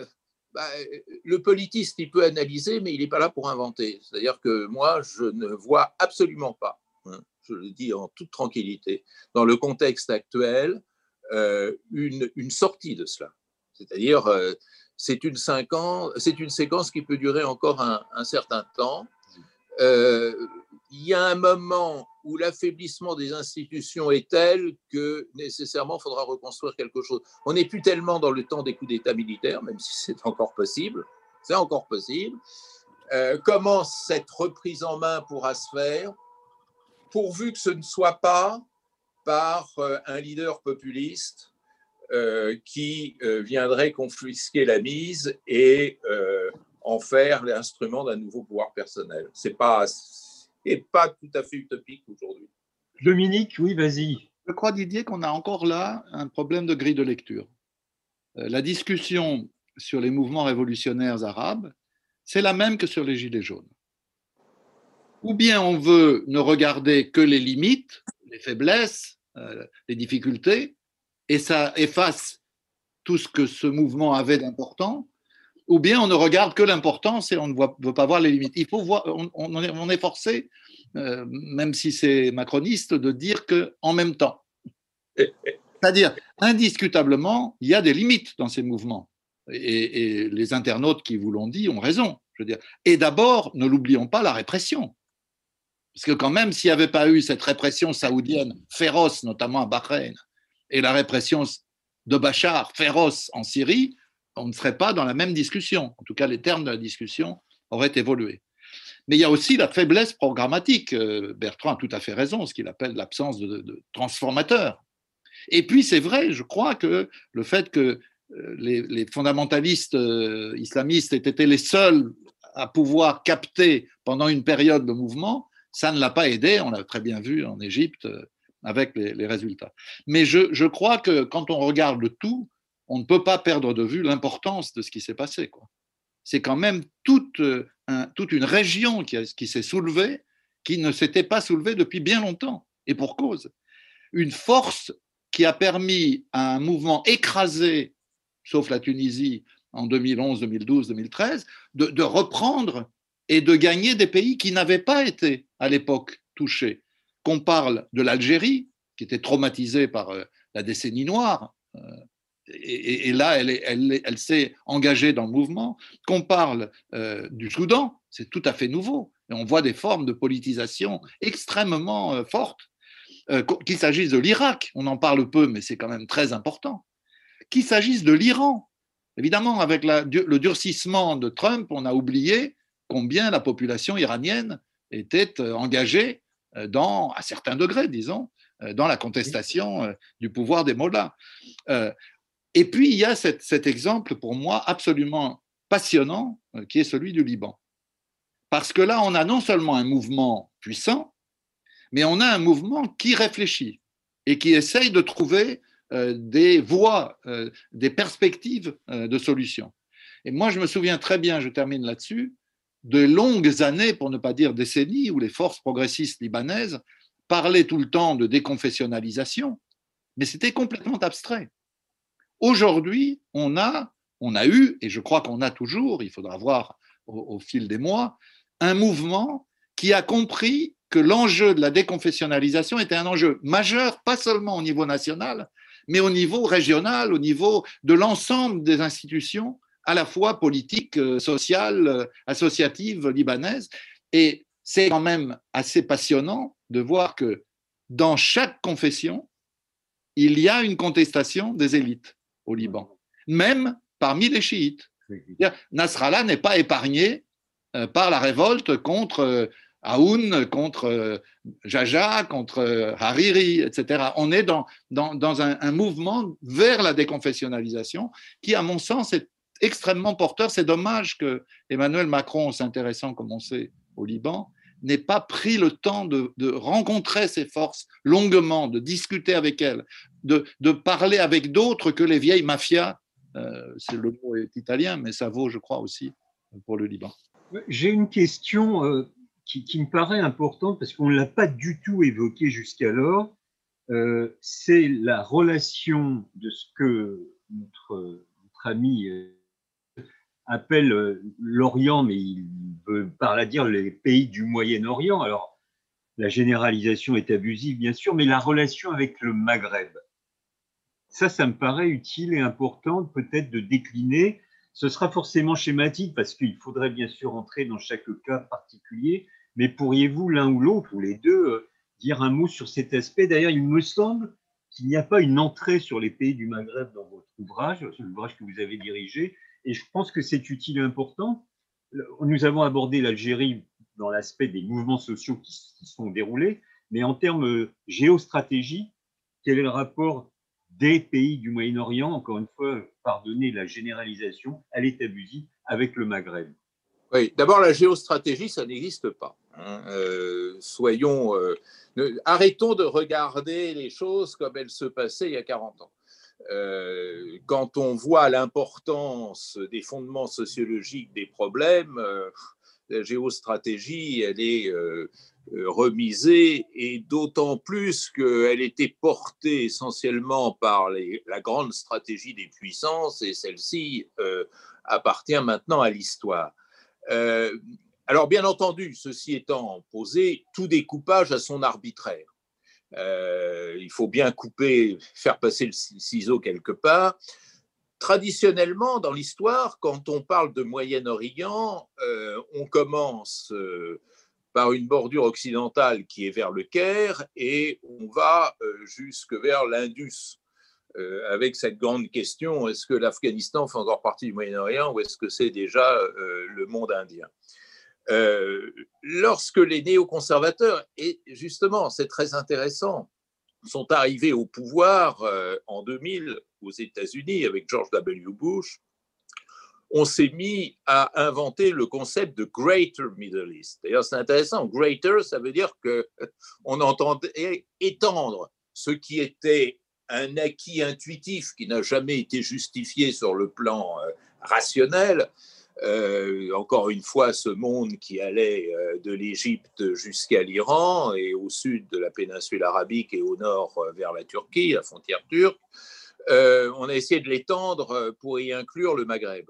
Speaker 2: le politiste, il peut analyser, mais il n'est pas là pour inventer. C'est-à-dire que moi, je ne vois absolument pas, je le dis en toute tranquillité, dans le contexte actuel, une sortie de cela. C'est-à-dire, c'est une séquence qui peut durer encore un certain temps. Il y a un moment où l'affaiblissement des institutions est tel que nécessairement il faudra reconstruire quelque chose. On n'est plus tellement dans le temps des coups d'État militaires, même si c'est encore possible. C'est encore possible. Comment cette reprise en main pourra se faire, pourvu que ce ne soit pas par un leader populiste qui viendrait confisquer la mise et en faire l'instrument d'un nouveau pouvoir personnel. C'est pas tout à fait utopique aujourd'hui.
Speaker 1: Dominique, oui, vas-y.
Speaker 3: Je crois, Didier, qu'on a encore là un problème de grille de lecture. La discussion sur les mouvements révolutionnaires arabes, c'est la même que sur les Gilets jaunes. Ou bien on veut ne regarder que les limites, les faiblesses, les difficultés, et ça efface tout ce que ce mouvement avait d'important, ou bien on ne regarde que l'importance et on ne veut pas voir les limites. Il faut voir, on est forcé, même si c'est macroniste, de dire qu'en même temps. C'est-à-dire, indiscutablement, il y a des limites dans ces mouvements. Et les internautes qui vous l'ont dit ont raison. Je veux dire. Et d'abord, ne l'oublions pas, la répression. Parce que quand même, s'il n'y avait pas eu cette répression saoudienne féroce, notamment à Bahreïn, et la répression de Bachar féroce en Syrie, on ne serait pas dans la même discussion. En tout cas, les termes de la discussion auraient évolué. Mais il y a aussi la faiblesse programmatique. Bertrand a tout à fait raison, ce qu'il appelle l'absence de transformateur. Et puis, c'est vrai, je crois que le fait que les fondamentalistes islamistes aient été les seuls à pouvoir capter pendant une période de mouvement, ça ne l'a pas aidé. On l'a très bien vu en Égypte avec les résultats. Mais je crois que quand on regarde le tout, on ne peut pas perdre de vue l'importance de ce qui s'est passé, quoi. C'est quand même toute une région qui s'est soulevée, qui ne s'était pas soulevée depuis bien longtemps, et pour cause. Une force qui a permis à un mouvement écrasé, sauf la Tunisie en 2011, 2012, 2013, de reprendre et de gagner des pays qui n'avaient pas été à l'époque touchés. Qu'on parle de l'Algérie, qui était traumatisée par la décennie noire, et là, elle s'est engagée dans le mouvement. Qu'on parle du Soudan, c'est tout à fait nouveau. Et on voit des formes de politisation extrêmement fortes. Qu'il s'agisse de l'Irak, on en parle peu, mais c'est quand même très important. Qu'il s'agisse de l'Iran, évidemment, avec le durcissement de Trump, on a oublié combien la population iranienne était engagée à certains degrés, disons, dans la contestation du pouvoir des mollahs. Et puis, il y a cet exemple, pour moi, absolument passionnant, qui est celui du Liban. Parce que là, on a non seulement un mouvement puissant, mais on a un mouvement qui réfléchit et qui essaye de trouver des voies, des perspectives de solutions. Et moi, je me souviens très bien, je termine là-dessus, de longues années, pour ne pas dire décennies, où les forces progressistes libanaises parlaient tout le temps de déconfessionnalisation, mais c'était complètement abstrait. Aujourd'hui, on a eu, et je crois qu'on a toujours, il faudra voir au fil des mois, un mouvement qui a compris que l'enjeu de la déconfessionnalisation était un enjeu majeur, pas seulement au niveau national, mais au niveau régional, au niveau de l'ensemble des institutions, à la fois politiques, sociales, associatives, libanaises. Et c'est quand même assez passionnant de voir que dans chaque confession, il y a une contestation des élites au Liban, même parmi les chiites. Nasrallah n'est pas épargné par la révolte contre Aoun, contre Jaja, contre Hariri, etc. On est dans un mouvement vers la déconfessionnalisation qui, à mon sens, est extrêmement porteur. C'est dommage que Emmanuel Macron, s'intéressant, comme on sait, au Liban, n'ait pas pris le temps de rencontrer ces forces longuement, de discuter avec elles, de parler avec d'autres que les vieilles mafias. Le mot est italien, mais ça vaut, je crois, aussi pour le Liban.
Speaker 1: J'ai une question qui me paraît importante parce qu'on ne l'a pas du tout évoquée jusqu'alors. C'est la relation de ce que notre ami appelle l'Orient, mais il veut par là dire les pays du Moyen-Orient. Alors, la généralisation est abusive, bien sûr, mais la relation avec le Maghreb. Ça me paraît utile et important peut-être de décliner. Ce sera forcément schématique parce qu'il faudrait bien sûr entrer dans chaque cas particulier, mais pourriez-vous l'un ou l'autre, ou les deux, dire un mot sur cet aspect? D'ailleurs, il me semble qu'il n'y a pas une entrée sur les pays du Maghreb dans votre ouvrage, sur l'ouvrage que vous avez dirigé, et je pense que c'est utile et important. Nous avons abordé l'Algérie dans l'aspect des mouvements sociaux qui sont déroulés, mais en termes géostratégie, quel est le rapport des pays du Moyen-Orient, encore une fois, pardonnez la généralisation, elle est abusive, avec le Maghreb?
Speaker 2: Oui, d'abord, la géostratégie, ça n'existe pas. Arrêtons de regarder les choses comme elles se passaient il y a 40 ans. Quand on voit l'importance des fondements sociologiques des problèmes, la géostratégie, elle est remisée, et d'autant plus qu'elle était portée essentiellement par la grande stratégie des puissances, et celle-ci appartient maintenant à l'histoire. Alors, bien entendu, ceci étant posé, tout découpage a son arbitraire. Il faut bien couper, faire passer le ciseau quelque part. Traditionnellement, dans l'histoire, quand on parle de Moyen-Orient, on commence par une bordure occidentale qui est vers le Caire et on va jusque vers l'Indus, avec cette grande question, est-ce que l'Afghanistan fait encore partie du Moyen-Orient ou est-ce que c'est déjà le monde indien? Lorsque les néoconservateurs, et justement c'est très intéressant, sont arrivés au pouvoir en 2000 aux États-Unis avec George W. Bush, on s'est mis à inventer le concept de Greater Middle East. D'ailleurs, c'est intéressant, Greater, ça veut dire qu'on entendait étendre ce qui était un acquis intuitif qui n'a jamais été justifié sur le plan rationnel. Encore une fois, ce monde qui allait de l'Égypte jusqu'à l'Iran et au sud de la péninsule arabique et au nord vers la Turquie, la frontière turque, on a essayé de l'étendre pour y inclure le Maghreb.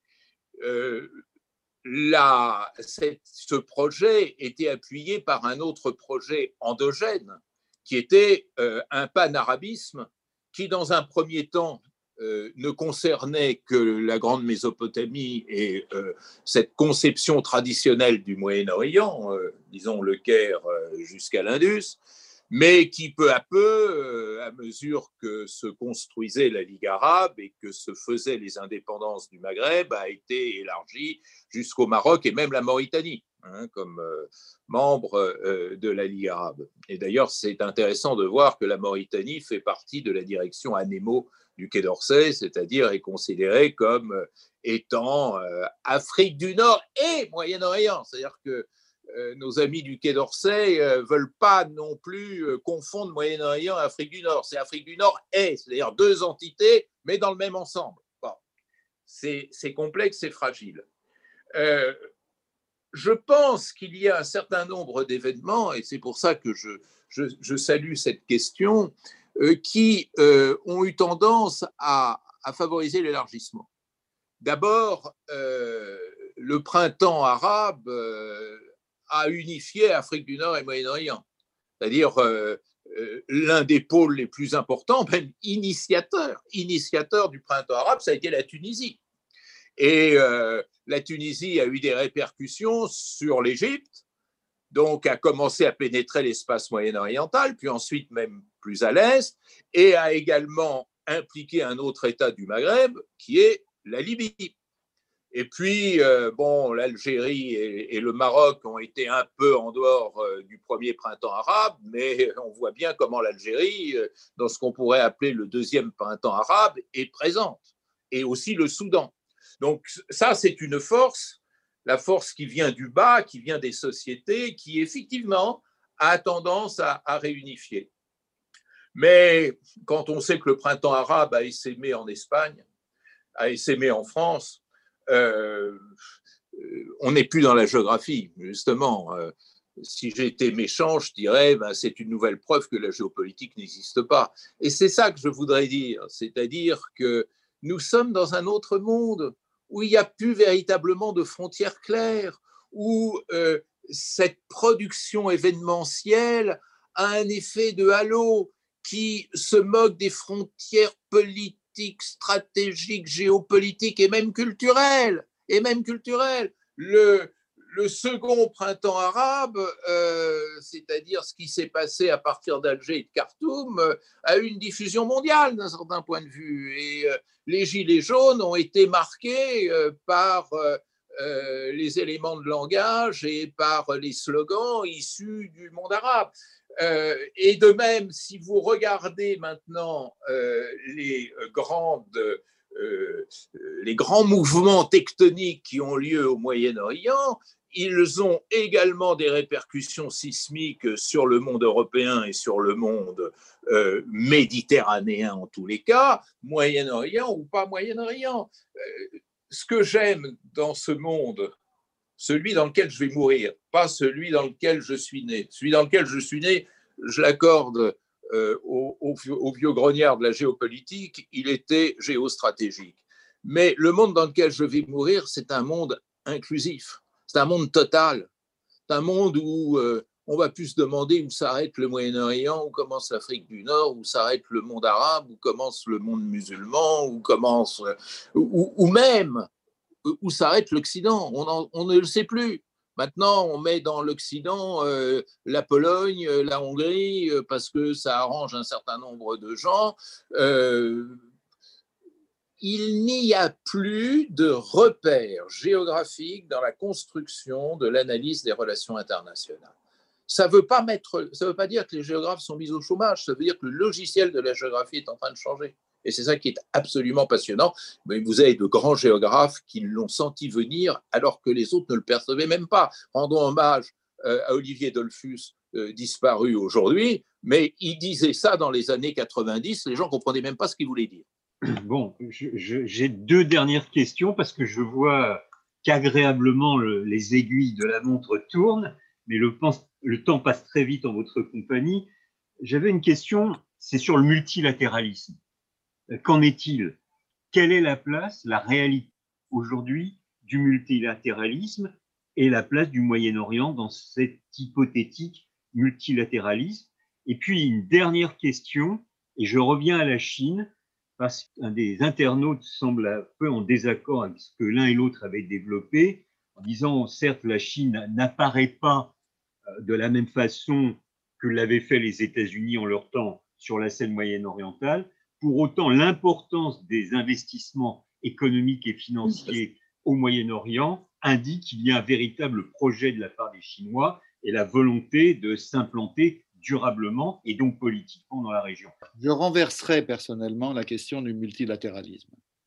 Speaker 2: Ce projet était appuyé par un autre projet endogène qui était un panarabisme qui, dans un premier temps, ne concernait que la Grande Mésopotamie et cette conception traditionnelle du Moyen-Orient, disons le Caire jusqu'à l'Indus, mais qui peu à peu, à mesure que se construisait la Ligue arabe et que se faisaient les indépendances du Maghreb, a été élargie jusqu'au Maroc et même la Mauritanie. hein, comme membre de la Ligue arabe. Et d'ailleurs, c'est intéressant de voir que la Mauritanie fait partie de la direction ANEMO du Quai d'Orsay, c'est-à-dire est considérée comme étant Afrique du Nord et Moyen-Orient. C'est-à-dire que nos amis du Quai d'Orsay ne veulent pas non plus confondre Moyen-Orient et Afrique du Nord. C'est Afrique du Nord et, c'est-à-dire deux entités, mais dans le même ensemble. Bon. C'est complexe, c'est fragile. Je pense qu'il y a un certain nombre d'événements, et c'est pour ça que je salue cette question, qui ont eu tendance à favoriser l'élargissement. D'abord, le printemps arabe a unifié Afrique du Nord et Moyen-Orient. C'est-à-dire l'un des pôles les plus importants, même initiateur du printemps arabe, ça a été la Tunisie. Et la Tunisie a eu des répercussions sur l'Égypte, donc a commencé à pénétrer l'espace moyen-oriental, puis ensuite même plus à l'est, et a également impliqué un autre État du Maghreb, qui est la Libye. Et puis, bon, l'Algérie et le Maroc ont été un peu en dehors du premier printemps arabe, mais on voit bien comment l'Algérie, dans ce qu'on pourrait appeler le deuxième printemps arabe, est présente, et aussi le Soudan. Donc ça, c'est une force, la force qui vient du bas, qui vient des sociétés, qui effectivement a tendance à réunifier. Mais quand on sait que le printemps arabe a essaimé en Espagne, a essaimé en France, on n'est plus dans la géographie, justement. Si j'étais méchant, je dirais c'est une nouvelle preuve que la géopolitique n'existe pas. Et c'est ça que je voudrais dire, c'est-à-dire que nous sommes dans un autre monde où il n'y a plus véritablement de frontières claires, où cette production événementielle a un effet de halo qui se moque des frontières politiques, stratégiques, géopolitiques et même culturelles. Le second printemps arabe, c'est-à-dire ce qui s'est passé à partir d'Alger et de Khartoum, a eu une diffusion mondiale d'un certain point de vue. Et les gilets jaunes ont été marqués par les éléments de langage et par les slogans issus du monde arabe. Et de même, si vous regardez maintenant les grands mouvements tectoniques qui ont lieu au Moyen-Orient, ils ont également des répercussions sismiques sur le monde européen et sur le monde méditerranéen en tous les cas, Moyen-Orient ou pas Moyen-Orient. Ce que j'aime dans ce monde, celui dans lequel je vais mourir, pas celui dans lequel je suis né. Celui dans lequel je suis né, je l'accorde au vieux grognard de la géopolitique, il était géostratégique. Mais le monde dans lequel je vais mourir, c'est un monde inclusif, c'est un monde total, c'est un monde où on va plus se demander où s'arrête le Moyen-Orient, où commence l'Afrique du Nord, où s'arrête le monde arabe, où commence le monde musulman, où même où s'arrête l'Occident. On ne le sait plus. Maintenant, on met dans l'Occident la Pologne, la Hongrie, parce que ça arrange un certain nombre de gens. Il n'y a plus de repères géographiques dans la construction de l'analyse des relations internationales. Ça ne veut pas dire que les géographes sont mis au chômage, ça veut dire que le logiciel de la géographie est en train de changer. Et c'est ça qui est absolument passionnant. Mais vous avez de grands géographes qui l'ont senti venir alors que les autres ne le percevaient même pas. Rendons hommage à Olivier Dollfus, disparu aujourd'hui, mais il disait ça dans les années 90, les gens ne comprenaient même pas ce qu'il voulait dire.
Speaker 1: Bon, j'ai deux dernières questions parce que je vois qu'agréablement les aiguilles de la montre tournent, mais le temps passe très vite en votre compagnie. J'avais une question, c'est sur le multilatéralisme. Qu'en est-il? Quelle est la place, la réalité aujourd'hui du multilatéralisme et la place du Moyen-Orient dans cet hypothétique multilatéralisme? Et puis une dernière question, et je reviens à la Chine, parce qu'un des internautes semble un peu en désaccord avec ce que l'un et l'autre avaient développé, en disant certes la Chine n'apparaît pas de la même façon que l'avaient fait les États-Unis en leur temps sur la scène moyenne-orientale. Pour autant, l'importance des investissements économiques et financiers au Moyen-Orient indique qu'il y a un véritable projet de la part des Chinois et la volonté de s'implanter durablement et donc politiquement dans la région.
Speaker 3: Je renverserai personnellement la question du multilatéralisme.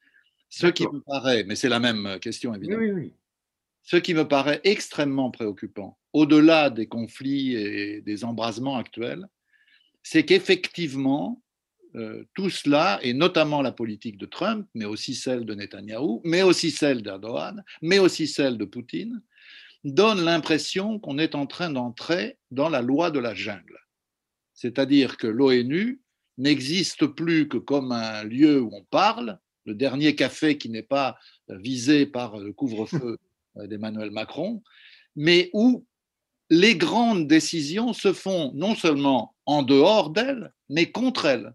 Speaker 3: Ce qui me paraît, mais c'est la même question évidemment,
Speaker 1: oui.
Speaker 3: Ce qui me paraît extrêmement préoccupant, au-delà des conflits et des embrasements actuels, c'est qu'effectivement, tout cela, et notamment la politique de Trump, mais aussi celle de Netanyahou, mais aussi celle d'Erdogan, mais aussi celle de Poutine, donne l'impression qu'on est en train d'entrer dans la loi de la jungle. C'est-à-dire que l'ONU n'existe plus que comme un lieu où on parle, le dernier café qui n'est pas visé par le couvre-feu d'Emmanuel Macron, mais où les grandes décisions se font non seulement en dehors d'elle, mais contre elle,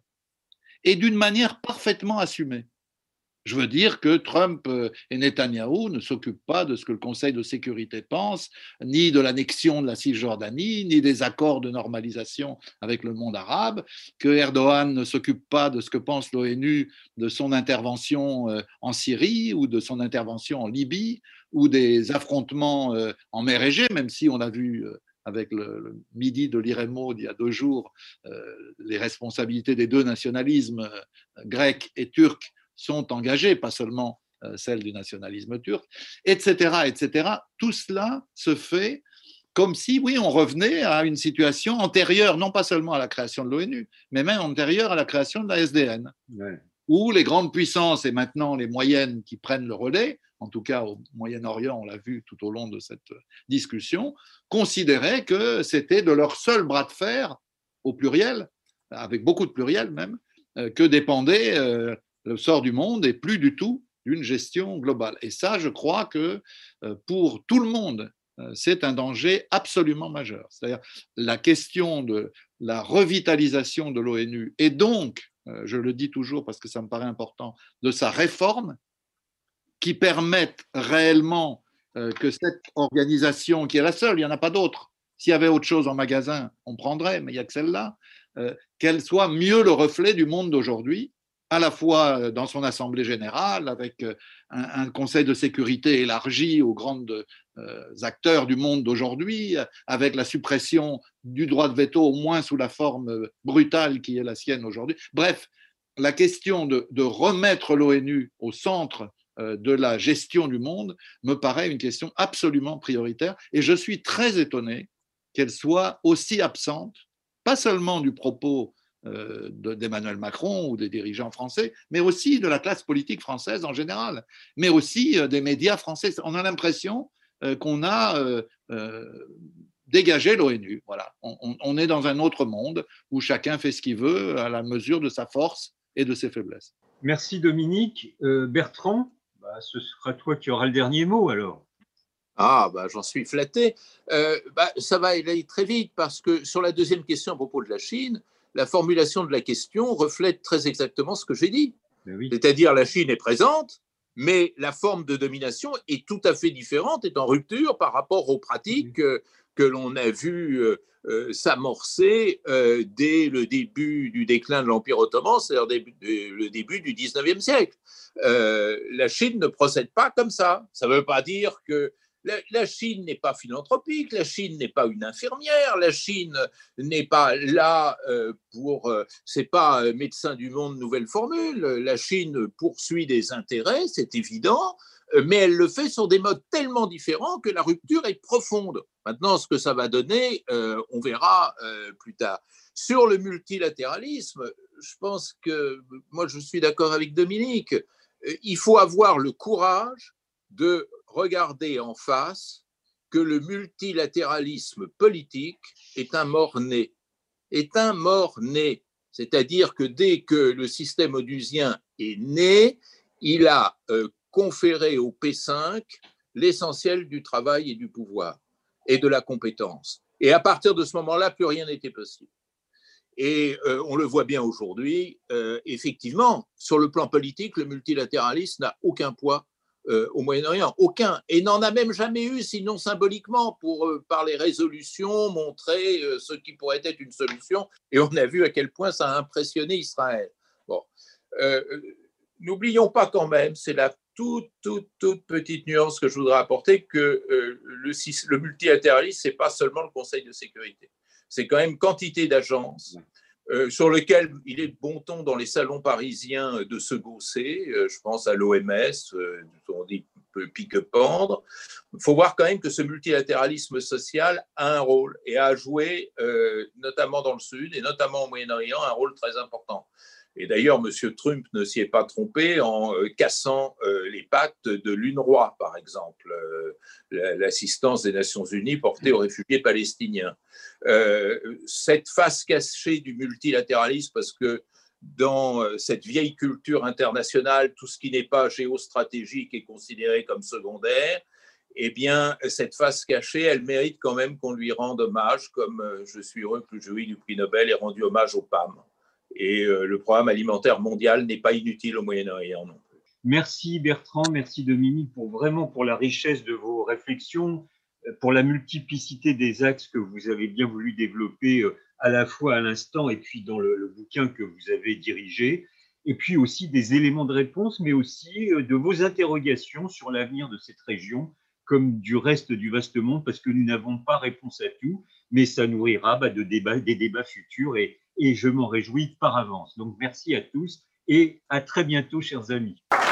Speaker 3: et d'une manière parfaitement assumée. Je veux dire que Trump et Netanyahou ne s'occupent pas de ce que le Conseil de sécurité pense, ni de l'annexion de la Cisjordanie, ni des accords de normalisation avec le monde arabe, que Erdogan ne s'occupe pas de ce que pense l'ONU de son intervention en Syrie ou de son intervention en Libye ou des affrontements en mer Égée, même si on a vu avec le midi de l'IREMO il y a 2 jours, les responsabilités des 2 nationalismes, grec et turc, sont engagées, pas seulement celle du nationalisme turc, etc., etc. Tout cela se fait comme si, oui, on revenait à une situation antérieure, non pas seulement à la création de l'ONU, mais même antérieure à la création de la SDN, où les grandes puissances et maintenant les moyennes qui prennent le relais, en tout cas au Moyen-Orient, on l'a vu tout au long de cette discussion, considéraient que c'était de leur seul bras de fer, au pluriel, avec beaucoup de pluriel même, que dépendait le sort du monde et plus du tout d'une gestion globale. Et ça, je crois que pour tout le monde, c'est un danger absolument majeur. C'est-à-dire la question de la revitalisation de l'ONU et donc, je le dis toujours parce que ça me paraît important, de sa réforme qui permette réellement que cette organisation, qui est la seule, il n'y en a pas d'autre, s'il y avait autre chose en magasin, on prendrait, mais il n'y a que celle-là, qu'elle soit mieux le reflet du monde d'aujourd'hui, à la fois dans son assemblée générale, avec un conseil de sécurité élargi aux grands acteurs du monde d'aujourd'hui, avec la suppression du droit de veto, au moins sous la forme brutale qui est la sienne aujourd'hui. Bref, la question de remettre l'ONU au centre de la gestion du monde me paraît une question absolument prioritaire et je suis très étonné qu'elle soit aussi absente, pas seulement du propos d'Emmanuel Macron ou des dirigeants français, mais aussi de la classe politique française en général, mais aussi des médias français. On a l'impression qu'on a dégagé l'ONU. Voilà. On est dans un autre monde où chacun fait ce qu'il veut à la mesure de sa force et de ses faiblesses.
Speaker 1: Merci Dominique. Bertrand, ce sera toi qui auras le dernier mot alors.
Speaker 2: Ah, j'en suis flatté. Ça va aller très vite parce que sur la deuxième question à propos de la Chine, la formulation de la question reflète très exactement ce que j'ai dit. Oui. C'est-à-dire la Chine est présente, mais la forme de domination est tout à fait différente, est en rupture par rapport aux pratiques que l'on a vues s'amorcer dès le début du déclin de l'Empire ottoman, c'est-à-dire le début du 19e siècle. La Chine ne procède pas comme ça. Ça ne veut pas dire que la Chine n'est pas philanthropique, la Chine n'est pas une infirmière, la Chine n'est pas là c'est pas médecin du monde nouvelle formule. La Chine poursuit des intérêts, c'est évident, mais elle le fait sur des modes tellement différents que la rupture est profonde. Maintenant, ce que ça va donner, on verra plus tard. Sur le multilatéralisme, je pense que moi je suis d'accord avec Dominique. Il faut avoir le courage de regarder en face que le multilatéralisme politique est un mort-né. C'est-à-dire que dès que le système onusien est né, il a conféré au P5 l'essentiel du travail et du pouvoir et de la compétence. Et à partir de ce moment-là, plus rien n'était possible. Et on le voit bien aujourd'hui, effectivement, sur le plan politique, le multilatéralisme n'a aucun poids au Moyen-Orient, aucun, et n'en a même jamais eu, sinon symboliquement, par les résolutions, montrer ce qui pourrait être une solution, et on a vu à quel point ça a impressionné Israël. Bon. n'oublions pas quand même, c'est la toute petite nuance que je voudrais apporter, que le multilatéralisme, ce n'est pas seulement le Conseil de sécurité. C'est quand même quantité d'agences sur lesquelles il est de bon ton dans les salons parisiens de se gausser. Je pense à l'OMS, on dit pique-pendre. Il faut voir quand même que ce multilatéralisme social a un rôle et a joué, notamment dans le Sud et notamment au Moyen-Orient, un rôle très important. Et d'ailleurs, M. Trump ne s'y est pas trompé en cassant les pattes de l'UNRWA, par exemple, l'assistance des Nations Unies portée aux réfugiés palestiniens. Cette face cachée du multilatéralisme, parce que dans cette vieille culture internationale, tout ce qui n'est pas géostratégique est considéré comme secondaire, eh bien, cette face cachée, elle mérite quand même qu'on lui rende hommage, comme je suis heureux que le jury du prix Nobel ait rendu hommage au PAM. Et le programme alimentaire mondial n'est pas inutile au Moyen-Orient non plus.
Speaker 1: Merci Bertrand, merci Dominique pour la richesse de vos réflexions, pour la multiplicité des axes que vous avez bien voulu développer à la fois à l'instant et puis dans le bouquin que vous avez dirigé, et puis aussi des éléments de réponse, mais aussi de vos interrogations sur l'avenir de cette région, comme du reste du vaste monde, parce que nous n'avons pas réponse à tout, mais ça nourrira des débats futurs et je m'en réjouis par avance. Donc merci à tous et à très bientôt, chers amis.